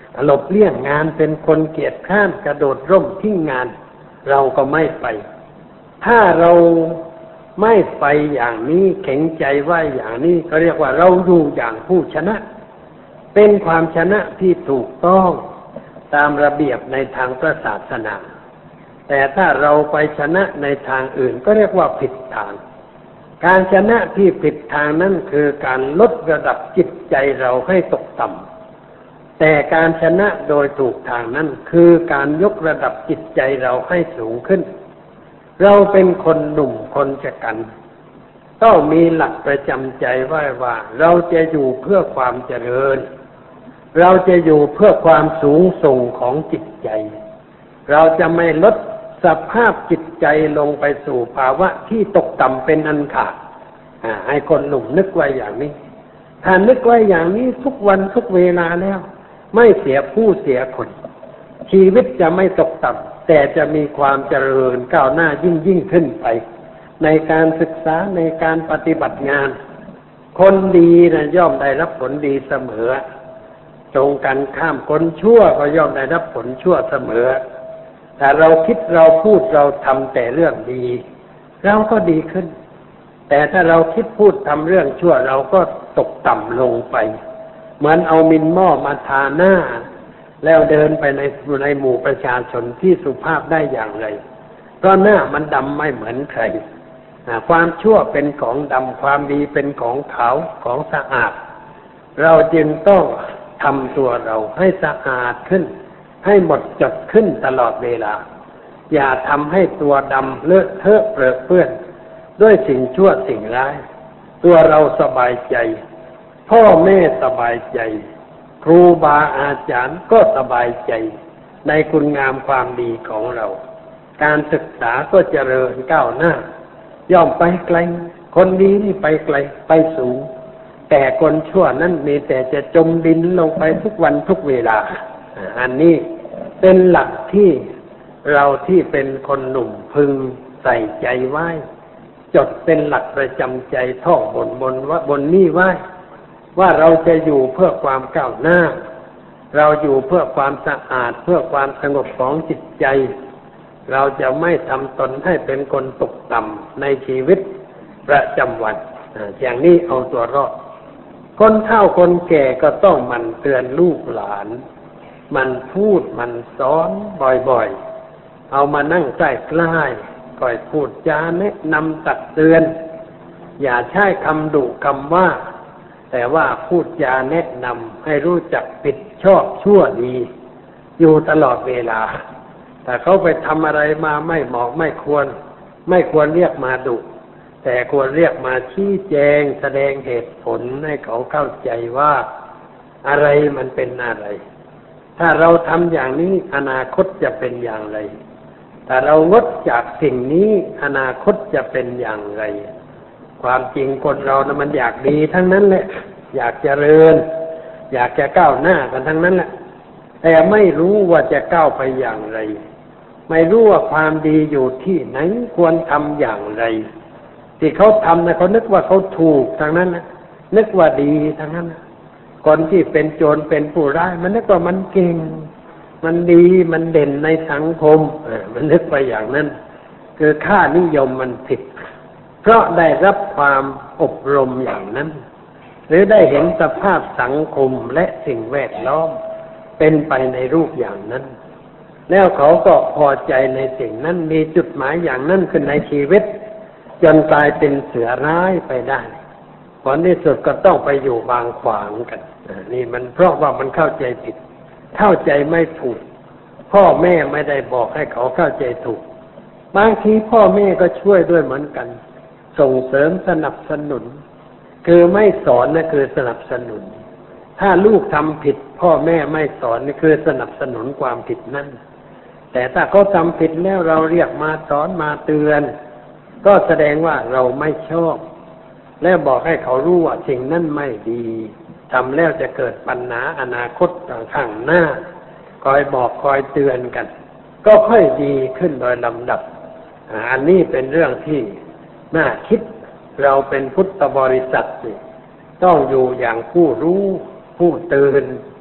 หลบเลี่ยงงานเป็นคนเกียจคร้านกระโดดร่มทิ้งงานเราก็ไม่ไปถ้าเราไม่ไปอย่างนี้แข็งใจว่าอย่างนี้ก็เรียกว่าเราอยู่อย่างผู้ชนะเป็นความชนะที่ถูกต้องตามระเบียบในทางพระศาสนาแต่ถ้าเราไปชนะในทางอื่นก็เรียกว่าผิดทางการชนะที่ผิดทางนั่นคือการลดระดับจิตใจเราให้ตกต่ำแต่การชนะโดยถูกทางนั้นคือการยกระดับจิตใจเราให้สูงขึ้นเราเป็นคนหนุ่มคนชะกันต้องมีหลักประจำใจไว้ว่าเราจะอยู่เพื่อความเจริญเราจะอยู่เพื่อความสูงส่งของจิตใจเราจะไม่ลดสภาพจิตใจลงไปสู่ภาวะที่ตกต่ำเป็นอันขาดให้คนหนุ่มนึกไว้อย่างนี้ถ้านึกไว้อย่างนี้ทุกวันทุกเวลาแล้วไม่เสียผู้เสียคนชีวิตจะไม่ตกต่ำแต่จะมีความเจริญก้าวหน้ายิ่งยิ่งขึ้นไปในการศึกษาในการปฏิบัติงานคนดีนะย่อมได้รับผลดีเสมอตรงกันข้ามคนชั่วก็ย่อมได้รับผลชั่วเสมอถ้าเราคิดเราพูดเราทำแต่เรื่องดีเราก็ดีขึ้นแต่ถ้าเราคิดพูดทำเรื่องชั่วเราก็ตกต่ำลงไปเหมือนเอามิลหม้อมาทาหน้าแล้วเดินไปในในหมู่ประชาชนที่สุภาพได้อย่างไรเพราะหน้ามันดำไม่เหมือนใครความชั่วเป็นของดำความดีเป็นของขาวของสะอาดเราจึงต้องทำตัวเราให้สะอาดขึ้นให้หมดจดขึ้นตลอดเวลาอย่าทำให้ตัวดำเลอะเทอะเปรอะเปื้อนด้วยสิ่งชั่วสิ่งร้ายตัวเราสบายใจพ่อแม่สบายใจครูบาอาจารย์ก็สบายใจในคุณงามความดีของเราการศึกษาก็เจริญก้าวหน้าย่อมไปไกลคนดีนี่ไปไกลไปสูงแต่คนชั่วนั้นมีแต่จะจมดินลงไปทุกวันทุกเวลาอันนี้เป็นหลักที่เราที่เป็นคนหนุ่มพึงใส่ใจไว้จดเป็นหลักประจำใจท่องบนบนว่าบนนี้ไว้ว่าเราจะอยู่เพื่อความก้าวหน้าเราอยู่เพื่อความสะอาดเพื่อความสงบของจิตใจเราจะไม่ทำตนให้เป็นคนตกต่ำในชีวิตประจำวันอย่างนี้เอาตัวรอดคนเฒ่าคนแก่ก็ต้องหมั่นเตือนลูกหลานมันพูดมันสอนบ่อยๆเอามานั่งใกล้ๆคอยพูดจาแนะนำตักเตือนอย่าใช้คำดุคำว่าแต่ว่าพูดจาแนะนำให้รู้จักผิดชอบชั่วดีอยู่ตลอดเวลาแต่เขาไปทำอะไรมาไม่เหมาะไม่ควรไม่ควรเรียกมาดุแต่ควรเรียกมาชี้แจงแสดงเหตุผลให้เขาเข้าใจว่าอะไรมันเป็นอะไรถ้าเราทำอย่างนี้อนาคตจะเป็นอย่างไรถ้าเรางดจากสิ่งนี้อนาคตจะเป็นอย่างไรความจริงคนเรานะมันอยากดีทั้งนั้นแหละอยากเจริญอยากจะก้าวหน้ากันทั้งนั้นแหละแต่ไม่รู้ว่าจะก้าวไปอย่างไรไม่รู้ว่าความดีอยู่ที่ไหนควรทำอย่างไรที่เขาทำนะเขานึกว่าเขาถูกทั้งนั้นนะนึกว่าดีทั้งนั้นนะคนที่เป็นโจรเป็นผู้ร้ายมันนึกว่ามันเก่งมันดีมันเด่นในสังคมมันนึกไปอย่างนั้นคือค่านิยมมันผิดเพราะได้รับความอบรมอย่างนั้นหรือได้เห็นสภาพสังคมและสิ่งแวดล้อมเป็นไปในรูปอย่างนั้นแล้วเขาก็พอใจในสิ่งนั้นมีจุดหมายอย่างนั้นขึ้นในชีวิตจนกลายเป็นเสือร้ายไปได้ผลที่สุดก็ต้องไปอยู่บางขวางกันนี่มันเพราะว่ามันเข้าใจผิดเข้าใจไม่ถูกพ่อแม่ไม่ได้บอกให้เขาเข้าใจถูกบางทีพ่อแม่ก็ช่วยด้วยเหมือนกันส่งเสริมสนับสนุนคือไม่สอนนะคือสนับสนุนถ้าลูกทำผิดพ่อแม่ไม่สอนนี่คือสนับสนุนความผิดนั่นแต่ถ้าเขาทำผิดแล้วเราเรียกมาสอนมาเตือนก็แสดงว่าเราไม่ชอบและบอกให้เขารู้ว่าสิ่งนั้นไม่ดีทำแล้วจะเกิดปัญหาอนาคตข้างหน้าคอยบอกคอยเตือนกันก็ค่อยดีขึ้นโดยลำดับอันนี้เป็นเรื่องที่น่าคิดเราเป็นพุทธบริษัทต้องอยู่อย่างผู้รู้ผู้ตื่น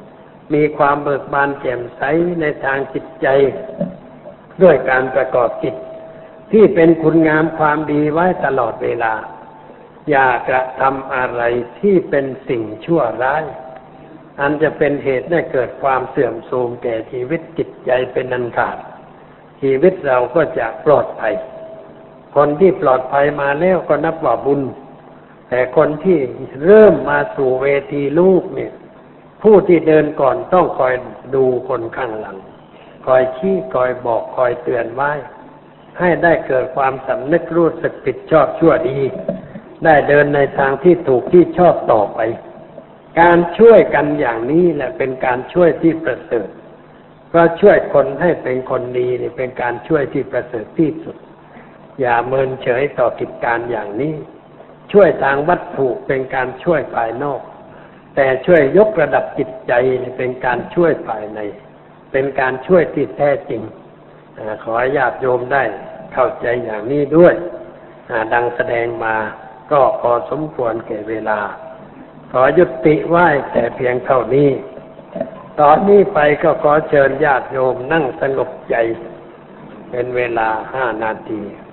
มีความเบิกบานแจ่มใสในทางจิตใจด้วยการประกอบจิตที่เป็นคุณงามความดีไว้ตลอดเวลาอย่ากระทำอะไรที่เป็นสิ่งชั่วร้ายอันจะเป็นเหตุให้เกิดความเสื่อมโทรมแก่ชีวิตจิตใจเป็นอันขาดชีวิตเราก็จะปลอดภัยคนที่ปลอดภัยมาแล้วก็นับว่าบุญแต่คนที่เริ่มมาสู่เวทีลูกเนี่ยผู้ที่เดินก่อนต้องคอยดูคนข้างหลังคอยชี้คอยบอกคอยเตือนไว้ให้ได้เกิดความสำนึกรู้สึกผิดชอบชั่วดีได้เดินในทางที่ถูกที่ชอบต่อไปการช่วยกันอย่างนี้แหละเป็นการช่วยที่ประเสริฐเพราะช่วยคนให้เป็นคนดีนี่เป็นการช่วยที่ประเสริฐที่สุดอย่าเมินเฉยต่อกิจการอย่างนี้ช่วยทางวัตถุเป็นการช่วยภายนอกแต่ช่วยยกระดับจิตใจเป็นการช่วยภายในเป็นการช่วยที่แท้จริงขอให้ญาติโยมได้เข้าใจอย่างนี้ด้วยดังแสดงมาก็พอสมควรแก่เวลาขอยุติไว้แต่เพียงเท่านี้ตอนนี้ไปก็ขอเชิญญาติโยมนั่งสงบใจเป็นเวลาห้านาที